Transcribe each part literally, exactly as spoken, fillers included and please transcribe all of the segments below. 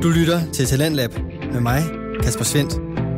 Du lytter til Talentlab med mig, Kasper Svendt.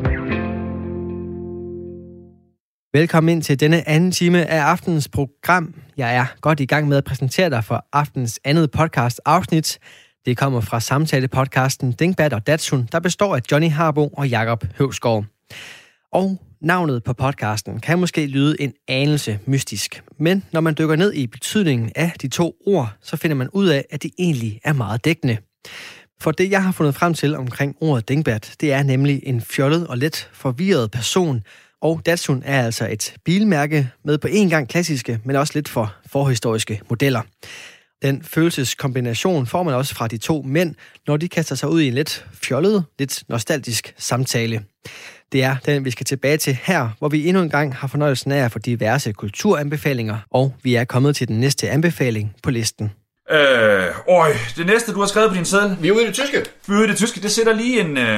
Velkommen ind til denne anden time af aftenens program. Jeg er godt i gang med at præsentere dig for aftenens andet podcast afsnit. Det kommer fra samtale-podcasten Dingbat og Datsun, der består af Johnny Harbo og Jakob Høvsgaard. Og navnet på podcasten kan måske lyde en anelse mystisk, men når man dykker ned i betydningen af de to ord, så finder man ud af, at de egentlig er meget dækkende. For det, jeg har fundet frem til omkring ordet dingbat, det er nemlig en fjollet og let forvirret person, og Datsun er altså et bilmærke med på en gang klassiske, men også lidt for forhistoriske modeller. Den følelseskombination får man også fra de to mænd, når de kaster sig ud i en lidt fjollet, lidt nostalgisk samtale. Det er den, vi skal tilbage til her, hvor vi endnu en gang har fornøjelsen af at få diverse kulturanbefalinger, og vi er kommet til den næste anbefaling på listen. Øh, øj, det næste, du har skrevet på din seddel. Vi er ude i det tyske. Vi er ude i det tyske. Det sætter lige en... Øh,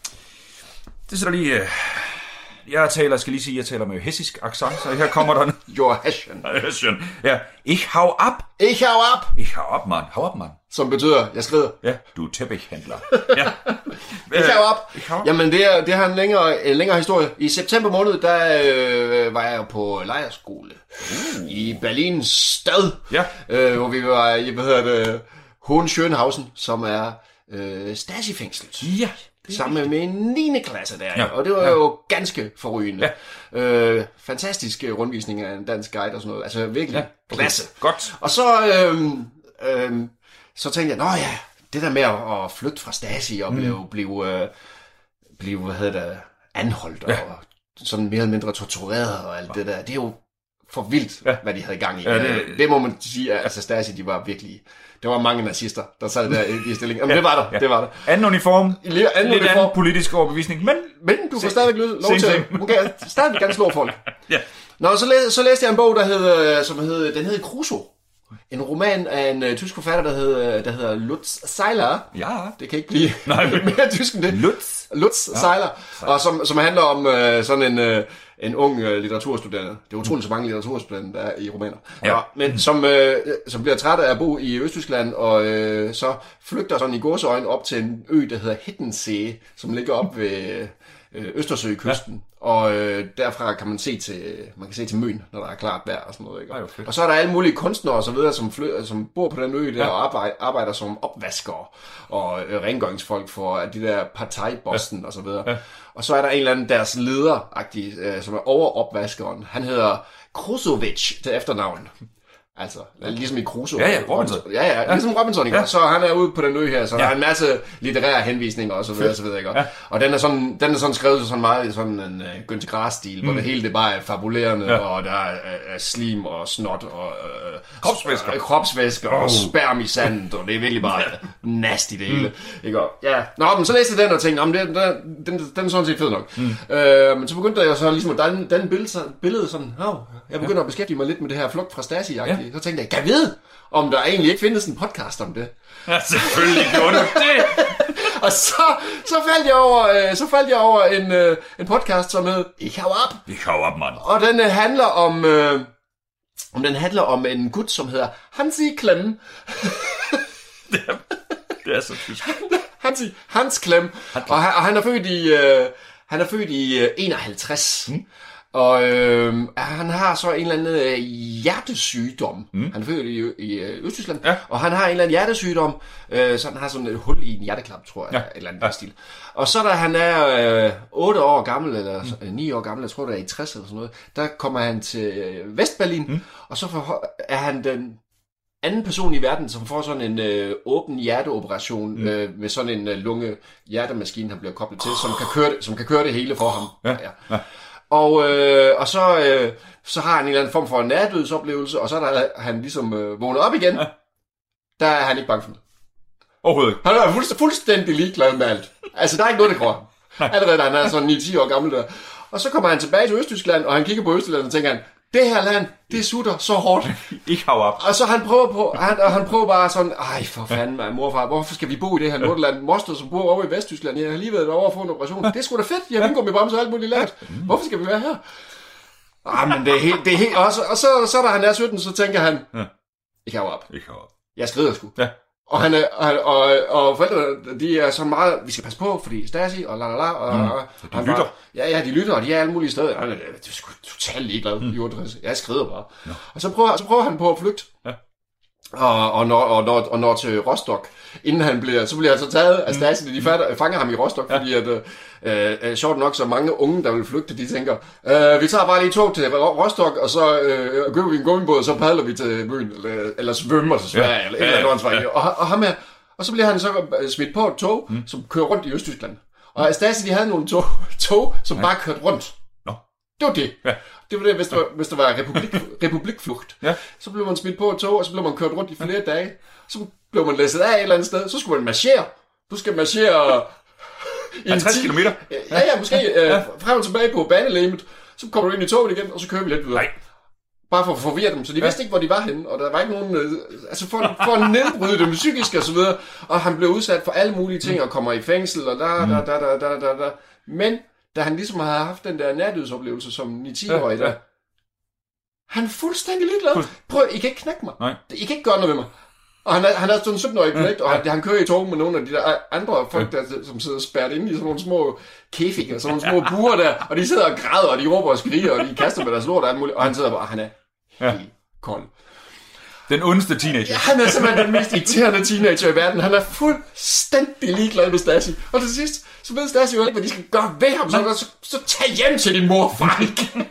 det sætter lige... Øh, jeg taler, skal lige sige, jeg taler med hessisk accent, så her kommer der en... Your Hessian. Hessian. Ja. Ich hau ab. Ich hau ab. Ich hau ab, Mann. Hau ab, Mann. Som betyder, jeg skrider. Ja, du er teppichhandler. Ja. Ich hau ab. Ich hau ab. Jamen, det, er, det har en længere, en længere historie. I september måned, der øh, var jeg på lejrskole uh. i Berlins stad, ja. øh, hvor vi var i, hvad hedder det, Hohenschönhausen, som er øh, Stasi-fængslet. Ja. Sammen med en niende klasse der, ja. Og det var ja. jo ganske forrygende. Ja. Øh, fantastisk rundvisning af en dansk guide og sådan noget. Altså virkelig ja. Okay. klasse. Godt. Og så, øhm, øhm, så tænkte jeg, nå ja, det der med at, at flygte fra Stasi og blive, mm. blive, øh, blive hvad hedder det, anholdt ja. og sådan mere eller mindre tortureret og alt ja. det der, det er jo for vildt, ja. hvad de havde gang i. Ja, det, det må man sige, at altså Stasi, de var virkelig... Der var mange nazister, der sad der i stillingen. Jamen, ja, det var der, ja. det var der. Anden uniform, lidt anden, lidt uniform. anden politisk overbevisning, men... Men du får stadigvæk lov til at... Du kan stadigvæk gerne slå folk. ja. Nå, så, læ- så læste jeg en bog, der hed, som hed, den hed Crusoe. En roman af en uh, tysk forfatter, der hedder, der hedder Lutz Seiler. Ja. Det kan ikke blive Nej, mere tysk end det. Lutz. Lutz ja. Seiler. Og som, som handler om uh, sådan en... Uh, en ung uh, litteraturstuderende. Det er utroligt så mange litteraturstuderende, der er i romaner. Ja. Ja, men som, øh, som bliver træt af at bo i Østtyskland, og øh, så flygter sådan i gåseøjne op til en ø, der hedder Hiddensee, som ligger op ved øh, Østersøkysten. Ja. Og øh, derfra kan man se til man kan se til Møn, når der er klart vejr og sådan noget. Ikke? Ej, og så er der alle mulige kunstnere og så videre, som, fly, som bor på den ø der ja. og arbejder, arbejder som opvaskere og øh, rengøringsfolk for de der partejbossen ja. og så videre. Ja. Og så er der en eller anden deres leder-agtig, øh, som er overopvaskeren. Han hedder Krusovic til efternavn. Altså, ligesom i Crusoe. Ja, ja, Robinson. Ja, ja, ligesom Robinson, ikke? Ja. Så han er ude på den ø her, så ja. der er en masse litterære henvisninger og så videre, så videre, ikke? Ja. Og den er sådan, den er sådan skrevet sådan meget i sådan en uh, Günther Grass-stil, mm. hvor det hele det bare er fabulerende, ja. og der er uh, slim og snot og uh, kropsvæsker, uh, kropsvæsker oh. og sperm i sandet, og det er virkelig bare nasty det hele, mm. ikke? Og, ja. Nå, men så læste jeg den og tænkte, den, den, den, den er sådan set fed nok. Mm. Uh, men så begyndte jeg så ligesom at danne, danne billede, billede sådan, oh, jeg begynder ja. at beskæftige mig lidt med det her flugt fra Stasi-agtige. Så tænkte jeg, kan jeg vide, om der egentlig ikke findes en podcast om det? Ja, selvfølgelig gjorde du det. Og så, så faldt jeg over, øh, så faldt jeg over en, øh, en podcast, som hed Ich hau ab. Ich hau ab, Mann. Og den øh, handler om, øh, om den handler om en gut, som hedder Hansi Klemm. det, er, det er så tysk. Hansi, Hans Klemm. Og han, og han er født i, øh, han er født i øh, enoghalvtreds. Hmm. Og øh, han har så en eller anden øh, hjertesygdom. Mm. Han er født i, i Østtyskland, ja. og han har en eller anden hjertesygdom, øh, så han har sådan et hul i en hjerteklap, tror jeg, ja. et eller andet ja. stil. Og så da han er øh, otte år gammel, eller mm. ni år gammel, jeg tror det er i tres eller sådan noget, der kommer han til øh, Vestberlin, mm. og så for, er han den anden person i verden, som får sådan en øh, åben hjerteoperation mm. øh, med sådan en øh, lunge hjertemaskine, han bliver koblet til, som kan køre det, som kan køre det hele for ham. Ja. Ja. Ja. Og, øh, og så, øh, så har han en eller anden form for en nærdødsoplevelse, og så er der, han ligesom øh, vågnet op igen. Ja. Der er han ikke bange for det. Overhovedet ikke. Han er fuldstændig, fuldstændig ligeglad med alt. Altså, der er ikke noget, der går. Allerede, han er sådan ni ti år gammel der. Og så kommer han tilbage til Østtyskland, og han kigger på Østtyskland og tænker han, det her land, det sutter så hårdt. Ikke hav op. Og så han prøver på, han, og han prøver bare sådan, ej for fanden, man, morfar, hvorfor skal vi bo i det her lorteland? Moster, som bor over i Vesttyskland, jeg har lige været over at få en operation. Det er sgu da fedt, jeg har vingummibremser og alt muligt lært. Hvorfor skal vi være her? Ah, men det er helt, det er helt, og så, og så, så da han er sytten, så tænker han, ikke hav op. Ikke hav op. Jeg skrider sgu. Ja. Og, han er, og, og, og forældrene, de er sådan meget, vi skal passe på, fordi Stasi, og la la la, og, mm. og de han lytter. Bare, ja, ja, de lytter, og de er alle mulige steder. Han er, det er sgu totalt ligeglad, mm. jeg skrider bare. Ja. Og så prøver, så prøver han på at flygte. Ja. Og, og, når, og, når, og når til Rostock, inden han bliver, så bliver han så taget af Stasi, de fatter, fanger ham i Rostock, ja. Fordi at, øh, øh, sjovt nok, så mange unge, der vil flygte, de tænker, øh, vi tager bare lige tog til Rostock, og så øh, køber vi en gummibåd, og så padler vi til byen, eller, eller svømmer til Sverige, ja. Eller et ja, eller andet ja, ja. Og, og, ham er, og så bliver han så smidt på et tog, mm. som kører rundt i Østtyskland. Og Stasi, de havde nogle tog, tog som ja. bare kørte rundt. Nå. Det var det. Ja. Det var det, hvis der var, hvis der var republik, republikflugt. Ja. Så blev man smidt på et tog, og så blev man kørt rundt i flere ja. dage. Så blev man læsset af et eller andet sted. Så skulle man marchere. Du skal marchere... halvtreds kilometer? Ja, ja, måske ja. Øh, frem og tilbage på banelæmet. Så kommer du ind i toget igen, og så kører vi lidt videre. Nej. Bare for at forvirre dem. Så de ja. vidste ikke, hvor de var henne. Og der var ikke nogen... Øh, altså for, for at nedbryde dem psykisk og så videre. Og han blev udsat for alle mulige ting, mm. og kommer i fængsel, og da, da, da, da, da, da, da. Men... da han ligesom havde haft den der nærdødsoplevelse som ni-ti-årig, ja, ja. han er fuldstændig ligeglad. Prøv, I kan ikke knække mig. Nej. I kan ikke gøre noget ved mig. Og han er, han er sådan en sytten-årig knægt, ja. og han, han kører i tog med nogle af de der andre folk, der, som sidder spærret inde i sådan nogle små kæfikker, sådan nogle små buer der, og de sidder og græder, og de råber og skriger, og de kaster med deres lort og alt muligt, og han sidder bare, og han er ja. helt kold. Den ondeste teenager. Ja, han er simpelthen den mest irriterende teenager i verden. Han er fuldstændig ligeglad med Stasi. Og til sidst, så ved Stasi jo ikke, hvad de skal gøre ved ham. Så, så, så tag hjem til din mor, far igen.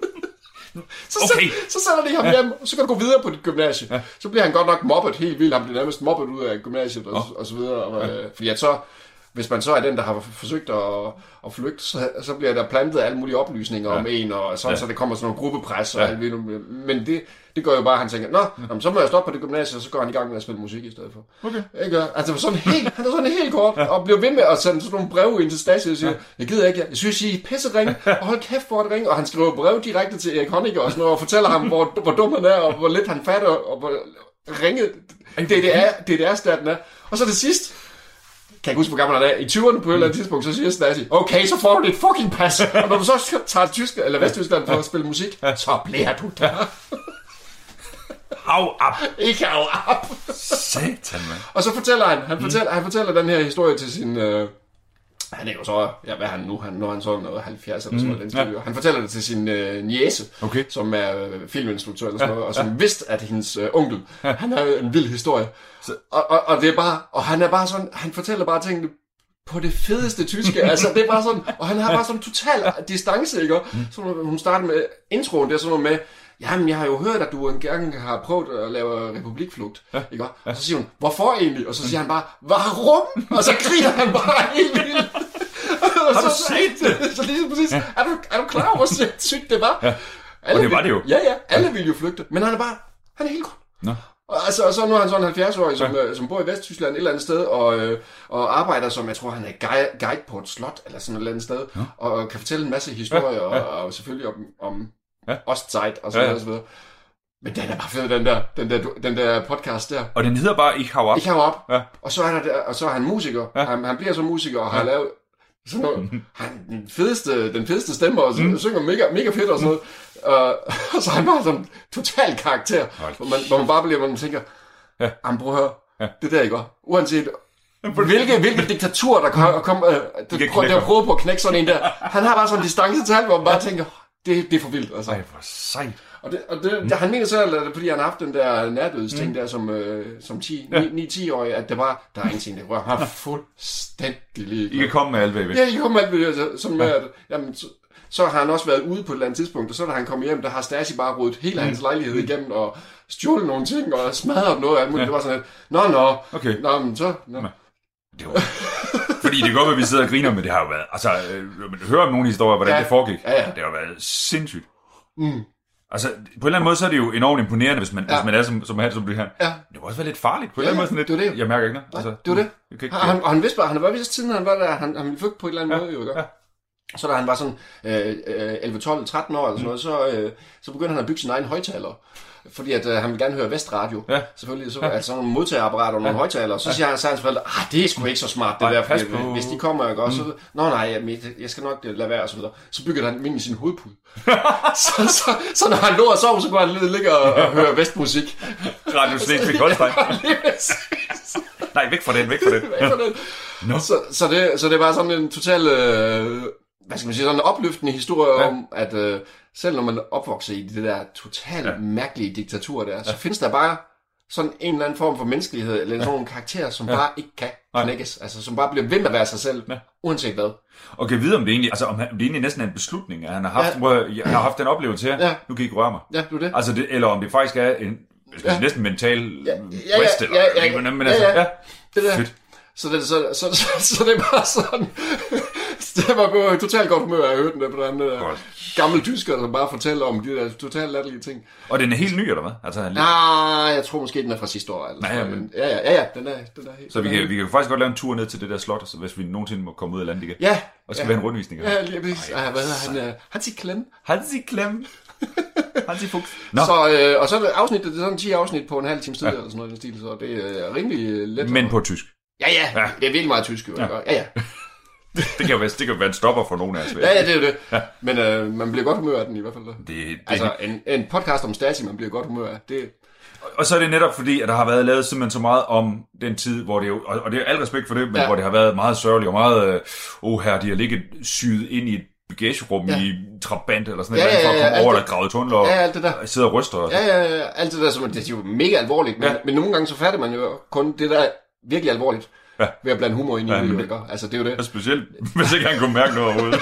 så, okay. så, så sætter de ham ja. hjem, og så kan du gå videre på dit gymnasie. Ja. Så bliver han godt nok mobbet helt vildt. Han bliver nærmest mobbet ud af gymnasiet og, oh. og så videre. Og, ja. Fordi at så... hvis man så er den, der har forsøgt at, at flygte, så, så bliver der plantet alle mulige oplysninger ja. om en, og så, ja. så det kommer sådan nogle gruppepres. Og ja. alt, men det, det gør jo bare, at han tænker, nå, ja. så må jeg stoppe på det gymnasie, og så går han i gang med at spille musik i stedet for. Okay. Ikke? Altså sådan helt, han er sådan helt kort, ja. og bliver ved med at sende sådan nogle breve ind til Stasi og siger, ja. jeg gider ikke, jeg synes, I er pissering, og hold kæft for at ringe. Og han skriver brev direkte til Erik Honecker og, sådan noget, og fortæller ham, hvor, hvor dum han er, og hvor lidt han fatter, og hvor ringet D D R-staten er. Og så det sidst, kan jeg huske, hvor gammel han er. I tyverne på et eller andet tidspunkt, så siger Stasi, okay, så får du dit fucking pas. Og når du så tager Tyskland, eller Vesttyskland for at spille musik, så bliver du der. Hav op. Ikke hav op. Satan, man. Og så fortæller han, han fortæller, mm. han fortæller den her historie til sin... Øh, han er jo så, ja, hvad er han nu? Han, nu er han så noget halvfjerds eller sådan noget. Mm. Ja. Han fortæller det til sin øh, niece, okay. som er øh, filminstruktør eller sådan ja. noget, og som ja. vidste, at hendes øh, onkel, ja. han har en vild historie. Så. Og, og, og det er bare, og han er bare sådan, han fortæller bare tingene på det fedeste tyske, altså det er bare sådan, og han har bare sådan total distance, ikke? Mm. Så hun starter med introen, det er sådan noget med, jamen, jeg har jo hørt, at du engang har prøvet at lave republikflugt, ja. ikke? Og så siger hun, hvorfor egentlig? Og så siger han bare, varum? Og så griner han bare helt vildt. Har du set det? Så lige præcis, ja. er, du, er du klar over, hvor sygt det var? Ja. Og det var det jo. Ja, ja, alle ja. ville jo flygte, men han er bare, han er helt godt. Nå. Og, altså, og så nu er han sådan en halvfjerds-årig, som, ja. som bor i Vesttyskland et eller andet sted, og, øh, og arbejder som, jeg tror, han er guide, guide på et slot, eller sådan et eller andet sted, ja. og kan fortælle en masse historier, ja. Ja. Og, og selvfølgelig om, om ja. Ostzeit og så videre, ja. og så videre. Men den er bare fed, den der, den der, den der podcast der. Og den hedder bare Ich hau op. Ich hau op. Ja. Og, så er der, og så er han musiker. Ja. Han, han bliver så musiker og har ja. lavet sådan noget. Han den fedeste, den fedeste stemme, og mm. synger mega, mega fedt og sådan noget. Uh, og så er han bare sådan en total karakter, hvor man, hvor man bare bliver, hvor man tænker, ja. jamen prøv at høre, ja. det der, ikke? Uanset hvilke, hvilke diktatur, der kom, kom uh, der, prøv, der prøver på at knække sådan en der. Han har bare sådan en distance til alt, hvor man bare ja. tænker, det, det er for vildt. Altså. Ej, hvor sejt. Og, det, og det, mm. han mener så, at det, fordi han har haft den der nærdødsting mm. der som, øh, som ni-ti-årig, at det var, der er ingenting, det rører. Han er fuldstændig lige. I kan komme med alt ved. Ja, I kan komme med alt ved. Altså, sådan med, at, jamen, så, så har han også været ude på et eller andet tidspunkt, og så da han kom hjem, der har Stasi bare rodet hele mm. hans lejlighed igennem, og stjålet nogle ting, og smadret noget af alt muligt. Ja. Det var sådan et, nå, nå, okay. nå, men så, nå. Det var... Fordi det går, at vi sidder og griner, men det har jo været, altså, øh, man hører om nogle historier, hvordan ja. det foregik. Ja, ja. Det har været sindssygt. Mm. Altså, på en eller anden måde, så er det jo enormt imponerende, hvis man, ja. hvis man er som, som han, som det her. Ja. Det var også været lidt farligt. På en ja, eller anden måde sådan lidt. Det. Jeg mærker ikke noget. Altså, det var det. Okay, okay. Han, og han vidste bare, han var vist siden, han var der, han, han ville flygte på en eller anden ja. måde, jo ikke? Ja. Så da han var sådan øh, elleve, tolv, tretten år eller sådan noget, så, øh, så begyndte han at bygge sin egen højtaler. fordi at, uh, han vil gerne høre Vestradio. Ja. Selvfølgelig, så ja. Altså nogle modtagerapparater og nogle ja. højtalere. Så ja. siger han så hans forældre, ah, det er sgu ikke så smart, det Ej, der, fordi, på... hvis de kommer, ikke også, mm. så, nå nej, jeg skal nok lade være, og så videre. Så bygger han ind i sin hovedpude. så, så, så når han lå og sov, så kunne han ligge og, og høre vestmusik. Radio Slesvig-Holstein. Nej, væk fra den, væk fra den. væk fra den. No. Så, så, det, så det var sådan en total, øh, hvad skal man sige, sådan en opløftende historie ja. om, at øh, selv når man opvokser i det der totalt ja. mærkelige diktatur der, så ja. findes der bare sådan en eller anden form for menneskelighed, eller ja. sådan nogle karakterer, som ja. bare ikke kan knækkes, altså som bare bliver ved med at være sig selv, ja. uanset hvad. Og kan vide, om det egentlig, altså om det egentlig næsten er en beslutning, at han har haft, ja. jeg har haft den oplevelse her, ja. nu kan I ikke røre mig. Ja, du det. Altså det, eller om det faktisk er en, ja. næsten mental ja. Ja, ja, west, eller, ja, ja, ja, men, men altså, ja, ja. ja. Det der. Fedt. Så det, så, så, så, så det var sådan, det var på totalt godt humør, jeg hørte den der på den der gamle tysker, der bare fortæller om de der totalt latterlige ting. Og den er helt ny, eller hvad? Altså, lidt... Nej, jeg tror måske, den er fra sidste år. Altså. Nej, ja, men... ja, ja, ja, ja, den er, den er helt... Så vi kan, vi kan faktisk godt lave en tur ned til det der slot, så hvis vi nogensinde må komme ud af landet igen. Ja. Og skal ja. være en rundvisning. Ja, lige præcis. Ej, hvad hedder han? Hansi Klem. Hansi Klem. Hansi Fuchs. Så, øh, og så er det afsnit, det er sådan ti afsnit på en halv time tid, ja. eller sådan noget i den stil, så det er rimelig let. Men på tysk. Ja, ja, ja, det er virkelig meget tysk, jo. Ja, ja. ja. det, kan jo være, det kan jo være en stopper for nogen af os. Ja, ja, det er jo det. Ja. Men øh, man bliver godt humør af den i hvert fald. Det, det, altså, en, en podcast om Stasi, man bliver godt humør af. Det... Og så er det netop fordi, at der har været lavet simpelthen så meget om den tid, hvor det jo, og det er al respekt for det, men ja. hvor det har været meget sørgeligt og meget, åh øh, her, de har ligget syet ind i et bagagerum ja. i Trabant eller sådan noget, ja, ja, ja, for at komme over, der gravet tunneler og ja, det der. sidder og ryster. Og ja, ja, ja, alt det der, som, det er jo mega alvorligt, men, ja. men nogle gange så fatter man jo kun det der virkelig alvorligt. Ja. Ved at blande humor ind i ja, det, ikke? Altså, det er jo det. Og specielt, hvis ikke han kunne mærke noget overhovedet.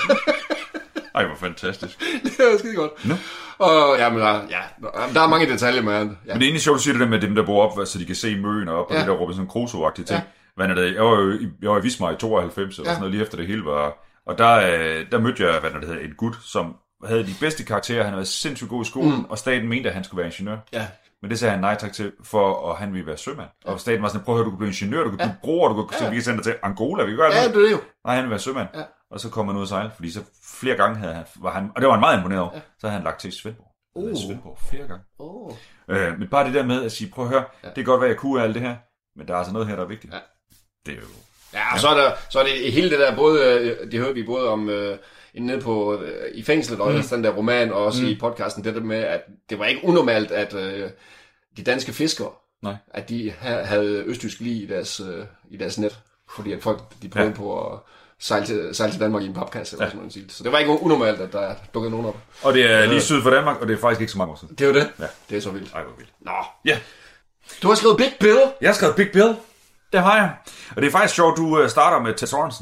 Ej, hvor fantastisk. Det er jo skide godt. No. Og ja, men der, ja, der er mange detaljer med det. Ja. Men det er egentlig sjovt, du siger det der med dem, der bor op, så de kan se møen op, og ja. det der Robinson Crusoe-agtige ting. Ja. Hvad er det? Jeg var jo jeg var i Vismar i tooghalvfems, eller ja. sådan noget, lige efter det hele var... Og der, der mødte jeg, hvad det hedder, en gut, som havde de bedste karakterer. Han var sindssygt god i skolen, mm. og staten mente, at han skulle være ingeniør. Ja. Men det sagde han nej tak til, for og han ville være sømand. Ja. Og staten var sådan, prøv at høre, du kan blive ingeniør, du kan blive ja. broer, du kan, ja. vi kan sende dig til Angola, vi kan gøre det. Ja, det er det jo. Nej, han ville være sømand. Ja. Og så kom han ud og sejle, fordi så flere gange havde han, var han, og det var han meget imponeret over, ja. så havde han lagt til Svendborg. Oh. Svendborg flere gange. Oh. Øh, men bare det der med at sige, prøv at høre, ja. det kan godt være, jeg kunne alt det her, men der er altså noget her, der er vigtigt. Ja. Det er jo... Ja, og ja. så er, der, så er det hele det der, både, det hørte vi både om... Øh, nede på, øh, i fængslet, og mm. den der roman, og også mm. i podcasten, det der med, at det var ikke unormalt, at øh, de danske fiskere, Nej. at de ha- havde østtysk lige i deres, øh, i deres net, fordi at folk, de prøvede ja. på at sejle til, sejle til Danmark i en papkasse, eller ja. sådan noget. Så det var ikke unormalt, at der dukkede nogen op. Og det er lige syd for Danmark, og det er faktisk ikke så mange år siden. Det er jo det. Ja. Det er så vildt. Ej, hvor vildt. Nå. Ja. Du har skrevet Big Bill. Jeg har skrevet Big Bill. Det har jeg. Og det er faktisk sjovt, du starter med Ted Sorensen,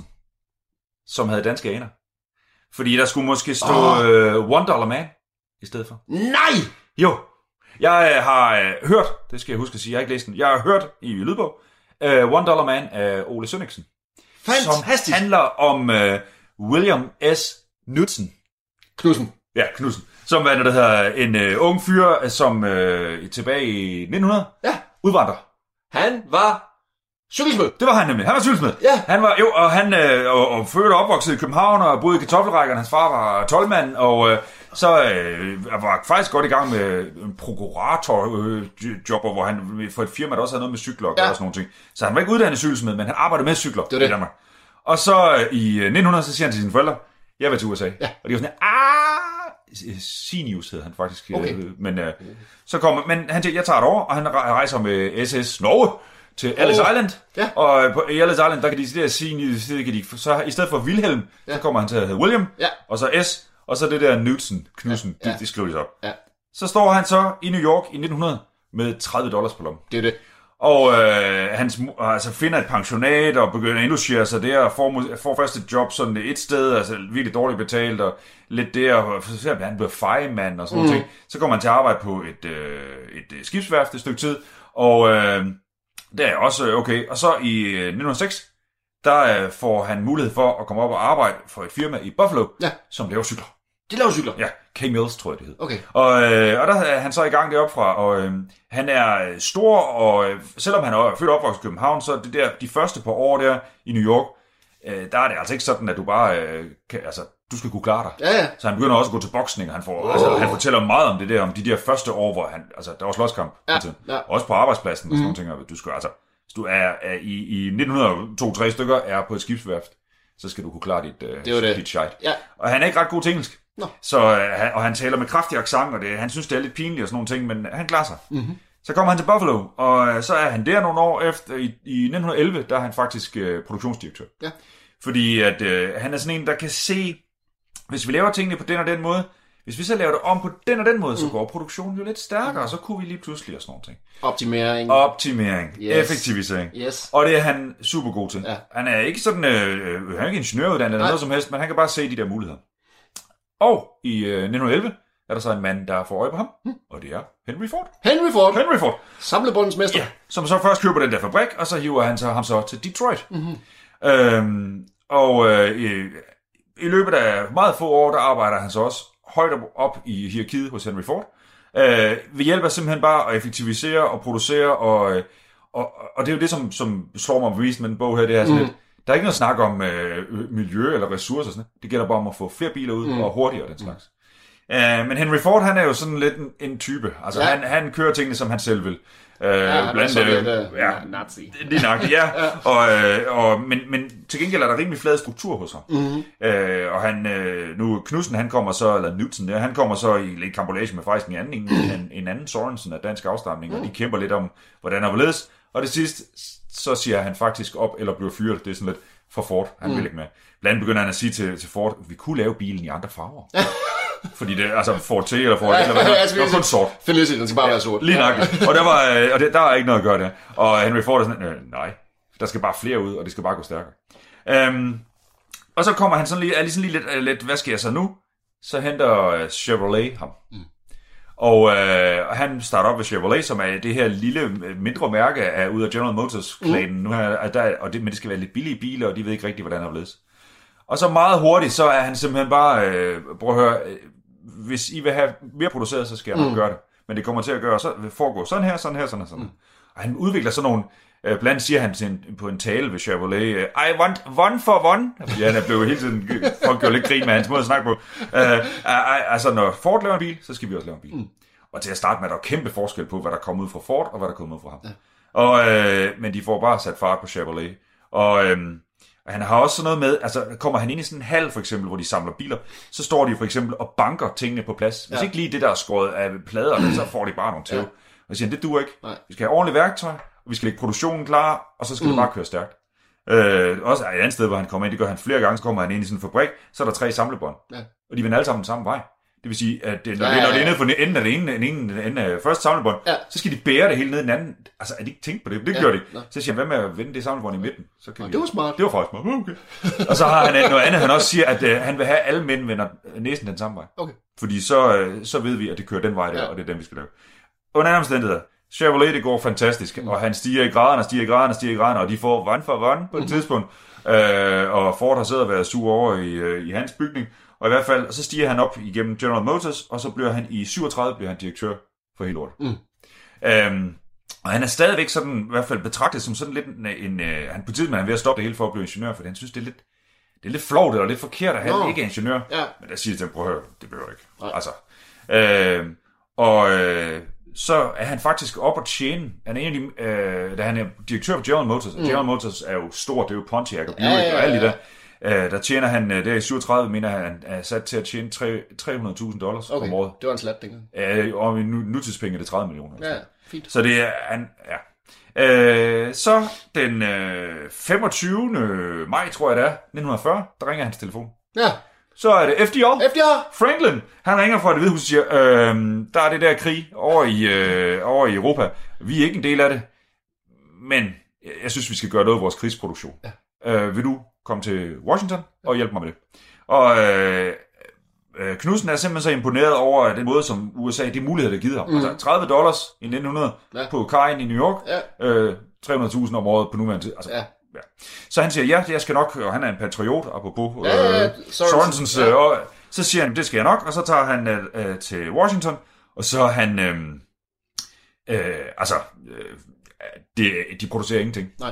som havde danske aner. Fordi der skulle måske stå oh. uh, One Dollar Man i stedet for. Nej! Jo. Jeg uh, har uh, hørt, det skal jeg huske at sige, jeg har ikke læst den, jeg har hørt i lydbog, uh, One Dollar Man af Ole Sønnigsen. Fantastisk! Som handler om uh, William S. Knudsen. Knudsen. Ja, Knudsen. Som var der hedder en uh, ung fyr, som uh, tilbage i nitten hundrede ja. udvandrer. Han var... cykelsmed. Det var han nemlig. Han var cykelsmed. Ja. Han var jo, og han øh, og, og født og opvokset i København og boede i kartoffelrækkerne. Hans far var tolvmand, og øh, så øh, var faktisk godt i gang med en prokurator-jobber, øh, hvor han for et firma, der også havde noget med cykler og ja. sådan nogle ting. Så han var ikke uddannet cykelsmed, men han arbejdede med cykler det det. i Danmark. Og så øh, i nitten hundrede, så siger han til sine forældre, jeg vil til U S A. Ja. Og de var sådan, ah, Sinius hed han faktisk. Okay. Øh, men øh, så kommer, men han siger, jeg tager det over, og han rejser med S S Norge til Ellis oh. Island, ja. og på Ellis Island, der kan de der sige, kan de, så i stedet for Wilhelm, ja. så kommer han til at hedde William, ja. og så S, og så det der Knudsen, Knudsen, ja. Ja. det, det skriver de så op. Ja. Så står han så i New York i nitten hundrede med tredive dollars på lommen. Det er det. Og øh, han altså, finder et pensionat og begynder at indlogere sig der, og får, får først et job sådan et sted, altså virkelig dårligt betalt, og lidt der, og for eksempel han bliver fejemand og sådan mm. noget ting. Så kommer han til at arbejde på et, øh, et skibsværft et stykke tid, og øh, det er også okay. Og så i nitten hundrede og seks, der øh, får han mulighed for at komme op og arbejde for et firma i Buffalo, ja. som laver cykler. De laver cykler? Ja, K-Mills, tror jeg, det hedder. Okay. Og, øh, og der er han så i gang deroppe fra, og øh, han er stor, og øh, selvom han er født og opvokset i København, så er det der, de første par år der i New York, øh, der er det altså ikke sådan, at du bare, øh, kan, altså, du skal kunne klare dig. Ja, ja. Så han begynder også at gå til boksning, han får, oh. altså, han fortæller meget om det der, om de der første år, hvor han, altså, der var slåskamp, ja, ja. også på arbejdspladsen, og sådan mm. nogle ting, du skal, altså, hvis du er, er i, i nitten to tre stykker, er på et skibsværft, så skal du kunne klare dit, øh, det dit shit. Ja. Og han er ikke ret god til engelsk. No. Så, øh, og han taler med kraftig accent, og det, han synes, det er lidt pinligt og sådan nogle ting, men han klarer sig. Mm-hmm. Så kommer han til Buffalo, og øh, så er han der nogle år efter, i, i nitten elleve, der er han faktisk øh, produktionsdirektør. Ja. Fordi at øh, han er sådan en, der kan se, hvis vi laver tingene på den og den måde, hvis vi så laver det om på den og den måde, mm. så går produktionen jo lidt stærkere, og så kunne vi lige pludselig og sådan nogle ting. Optimering. Optimering. Yes. Effektivisering. Yes. Og det er han super god til. Ja. Han er ikke sådan, øh, han er ikke ingeniøruddannet eller noget som helst, men han kan bare se de der muligheder. Og i øh, nitten elleve er der så en mand, der får øje på ham, hmm. og det er Henry Ford. Henry Ford. Henry Ford. Samlebåndens mester. Ja, som så først køber den der fabrik, og så hiver han så, ham så til Detroit. Mm-hmm. Øhm, og øh, i, i løbet af meget få år, der arbejder han så også højt op i hierarkiet hos Henry Ford. Øh, ved hjælp af simpelthen bare at effektivisere og producere, og, og, og det er jo det, som, som slår mig bevist med den bog her, det er sådan mm. lidt, der er ikke noget snak om øh, miljø eller ressourcer, sådan. Det gælder bare om at få flere biler ud, mm. og hurtigere den slags. Mm. Uh, men Henry Ford, han er jo sådan lidt en, en type. Altså, ja. han, han kører tingene, som han selv vil. Uh, ja, han blandt, er sådan lidt uh, ja, nazi. Lige nok, ja. ja. Og, øh, og, men, men til gengæld er der rimelig flad struktur hos ham. Mm-hmm. Uh, og han, øh, nu Knudsen, han kommer så, eller Knudsen, ja, han kommer så i lidt kampolage med faktisk en anden, en, en anden Sorensen af dansk afstamning, mm. og de kæmper lidt om, hvordan han hvorledes. Og det sidste, så siger han faktisk op, eller bliver fyret. Det er sådan lidt for Ford, han mm. vil ikke med. Blandt andet begynder han at sige til, til Ford, vi kunne lave bilen i andre farver. Fordi det altså Ford T eller Ford, ja, eller hvad, det var kun sort. Felicity, den skal bare være sort. Lige nok. Og der var, og det, der er ikke noget at gøre der. Og Henry Ford er sådan, øh, nej, der skal bare flere ud, og det skal bare gå stærkere. Um, og så kommer han sådan lige, er lige sådan lige lidt, lidt, hvad sker jeg så nu? Så henter Chevrolet ham. Mm. Og øh, han starter op ved Chevrolet, som er det her lille, mindre mærke af, ud af General Motors-klanen. Mm. Nu er der, og det, men det skal være lidt billige biler, og de ved ikke rigtig, hvordan det er blevet. Og så meget hurtigt, så er han simpelthen bare, øh, prøv at høre, øh, hvis I vil have mere produceret, så skal jeg nok mm. gøre det. Men det kommer til at gøre, så foregå sådan her, sådan her, sådan her, sådan her. Mm. Og han udvikler sådan nogle, øh, blandt siger han til en, på en tale ved Chevrolet, øh, I want one for one. Fordi han er blevet hele tiden, folk gjorde lidt grin med hans måde at snakke på. Øh, altså, når Ford laver en bil, så skal vi også lave en bil. Mm. Og til at starte med, der er kæmpe forskel på, hvad der kommer ud fra Ford, og hvad der kommer ud fra ham. Ja. Og, øh, men de får bare sat fart på Chevrolet. Og... Øh, Og han har også sådan noget med, altså kommer han ind i sådan en hal for eksempel, hvor de samler biler, så står de for eksempel og banker tingene på plads. Hvis ja. ikke lige det der er skåret af plader, så får de bare nogle tæv. Ja. Og så siger han, det duer ikke. Nej. Vi skal have ordentligt værktøj, og vi skal lægge produktionen klar, og så skal mm. det bare køre stærkt. Øh, også et andet sted, hvor han kommer ind, det gør han flere gange, så kommer han ind i sådan en fabrik, så er der tre samlebånd. Ja. Og de vender alle sammen den samme vej. Det vil sige, at det, når, ja, ja, ja. når det er nede for enden af det ene, den ene, den ende af første samlebånd, ja. så skal de bære det hele ned i den anden. Altså, er de ikke tænkt på det? Det ja. gør de. Ja. Så siger han, hvad med at vende det samlebånd i midten? Så kan ja, vi... Det var smart. Det var faktisk smart. Okay. Og så har han noget andet, han også siger, at uh, han vil have, at alle mænd vender næsten den samme vej. Okay. Fordi så, uh, så ved vi, at det kører den vej der, ja. og det er den, vi skal lave. Under andre omstændigheder, Chevrolet, det går fantastisk, mm. og han stiger i graderne, stiger i graderne, stiger i graderne, og de får run for run på et mm. tidspunkt. Uh, og Ford har siddet og været sur over i, uh, i hans bygning. Og i hvert fald, så stiger han op igennem General Motors, og så bliver han i syvogtredive bliver han direktør for hele lortet. Mm. Øhm, og han er stadigvæk sådan, i hvert fald betragtet som sådan lidt en, en uh, han på tiden, man er ved at stoppe det hele for at blive ingeniør, for han synes, det er lidt, det er lidt flovt, eller lidt forkert, at han no. ikke er ingeniør. Ja. Men der siger til ham, prøv at høre, det behøver ikke. Nej. Altså, øh, og øh, så er han faktisk op at tjene, han er en af de, øh, da han er direktør for General Motors, mm. General Motors er jo stort, det er jo Pontiac og Buick ja, ja, ja, ja. og alle de der. Uh, der tjener han, uh, der i syvogtredive, mener han er sat til at tjene tre hundrede tusind dollars okay. om året. Det var en slat, dengang. Uh, og i nu, nutidspenge er det tredive millioner. Ja, fint. Så det er, han, ja. Uh, så den uh, femogtyvende maj, tror jeg det er, nitten fyrre, der ringer hans telefon. Ja. Så er det F D R. F D R. Franklin. Han ringer fra Det Hvide Hus og siger, uh, der er det der krig over i, uh, over i Europa. Vi er ikke en del af det, men jeg synes, vi skal gøre noget af vores krigsproduktion. Ja. Uh, vil du komme til Washington og hjælpe mig med det. Og øh, øh, Knudsen er simpelthen så imponeret over den måde, som U S A, de muligheder, der givet ham. Mm. Altså tredive dollars i nitten hundrede ja. på kajen i New York, ja. øh, tre hundrede tusind om året på nuværende tid. Altså, ja. Ja. Så han siger, ja, jeg skal nok, og han er en patriot, apropos ja, ja, ja. Øh, Sorensens, ja. øh, så siger han, det skal jeg nok, og så tager han øh, til Washington, og så han, øh, øh, altså, øh, de, de producerer ingenting. Nej.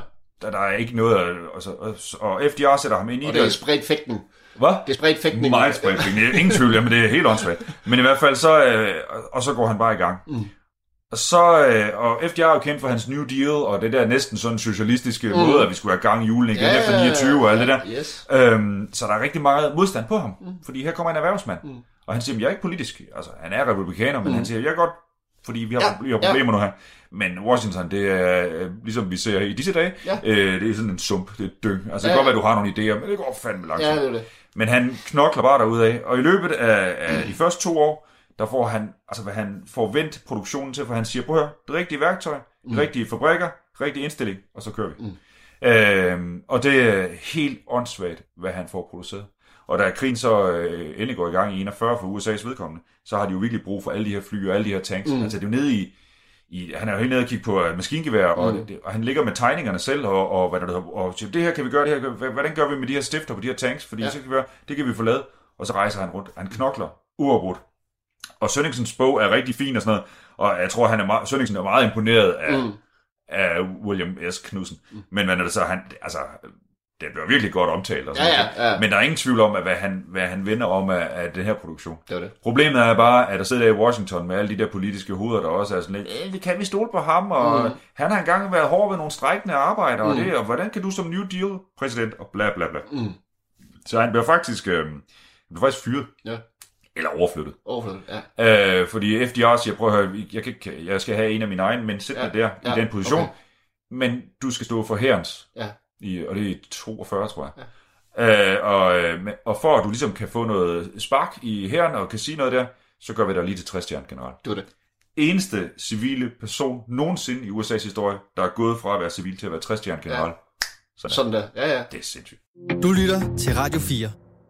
der, der er ikke noget, altså, og F D R sætter ham ind i det. Og det er spredt fægtning. Hvad? Det er spredt fægtning. Meget spredt fægtning, ingen tvivl, men det er helt åndssvagt. Men i hvert fald så, øh, og så går han bare i gang. Mm. Og så, øh, og F D R er jo kendt for hans New Deal, og det der næsten sådan socialistiske mm. måde, at vi skulle have gang i julen igen ja, efter niogtyve og alt det der. Yes. Øhm, så der er rigtig meget modstand på ham, mm. fordi her kommer en erhvervsmand. Mm. Og han siger, jeg er ikke politisk, altså han er republikaner, men mm. han siger, jeg er godt, fordi vi har, ja, vi har problemer ja. nu her. Men Washington, det er ligesom vi ser i disse dage, ja. øh, det er sådan en sump, det er et dyng. Altså det kan ja. godt være, at du har nogle idéer, men det går fandme langsomt. Ja, det er det. Men han knokler bare derudad, og i løbet af, af de første to år, der får han, altså hvad han får vendt produktionen til, for han siger, prøv at høre, det rigtige værktøj, mm. de rigtige fabrikker, rigtig indstilling, og så kører vi. Mm. Øhm, og det er helt åndssvagt, hvad han får produceret. Og da krigen så øh, endelig går i gang i enogfyrre for U S A's vedkommende, så har de jo virkelig brug for alle de her fly og alle de her tanks. Mm. Altså det er jo nede i, i, han er jo helt nede og kigge på uh, maskingevær, mm. og, det, og han ligger med tegningerne selv, og, og, hvad der, og siger, det her kan vi gøre, det her, hvordan gør vi med de her stifter på de her tanks, fordi ja. så kan vi gøre, det kan vi få lavet. Og så rejser han rundt, han knokler uafbrudt. Og Sønningsens bog er rigtig fin og sådan noget, og jeg tror, han er meget, Sønningsen er meget imponeret af, mm. af William S. Knudsen. Mm. Men hvad er det så, han, altså, det bliver virkelig godt omtalt. Og sådan ja, ja, ja. Men der er ingen tvivl om, at hvad han, hvad han vender om af, af den her produktion. Det var det. Problemet er bare, at der sidder der i Washington med alle de der politiske hoveder, der også er sådan lidt, det kan vi stole på ham, og mm. han har engang været hård ved nogle strejkende arbejdere, mm. og det, og hvordan kan du som New Deal-præsident, og bla bla bla. Mm. Så han bliver faktisk, øh, han bliver faktisk fyret. Ja. Eller overflyttet. Overflyttet, ja. Øh, fordi F D R siger, prøv at høre, jeg, kan, jeg skal have en af mine egne, men sæt dig ja, der ja, i den position. Okay. Men du skal stå for hærens. Ja. I, og det er i toogfyrre, tror jeg. Ja. Øh, og, og for at du ligesom kan få noget spark i hæren og kan sige noget der, så gør vi dig lige til tres-stjerne general. Det var det. Eneste civile person nogensinde i U S A's historie, der er gået fra at være civil til at være tres-stjerne general. Ja. Sådan, Sådan der, ja ja. Det er sindssygt. Du lytter til Radio fire.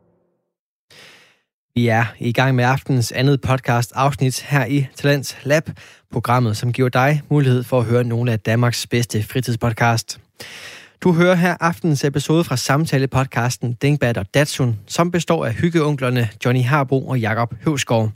Vi er i gang med aftens andet podcast afsnit her i Talents Lab, programmet, som giver dig mulighed for at høre nogle af Danmarks bedste fritidspodcast. Du hører her aftens episode fra samtale-podcasten Dingbat og Datsun, som består af hyggeonklerne Johnny Harbo og Jakob Høvsgaard.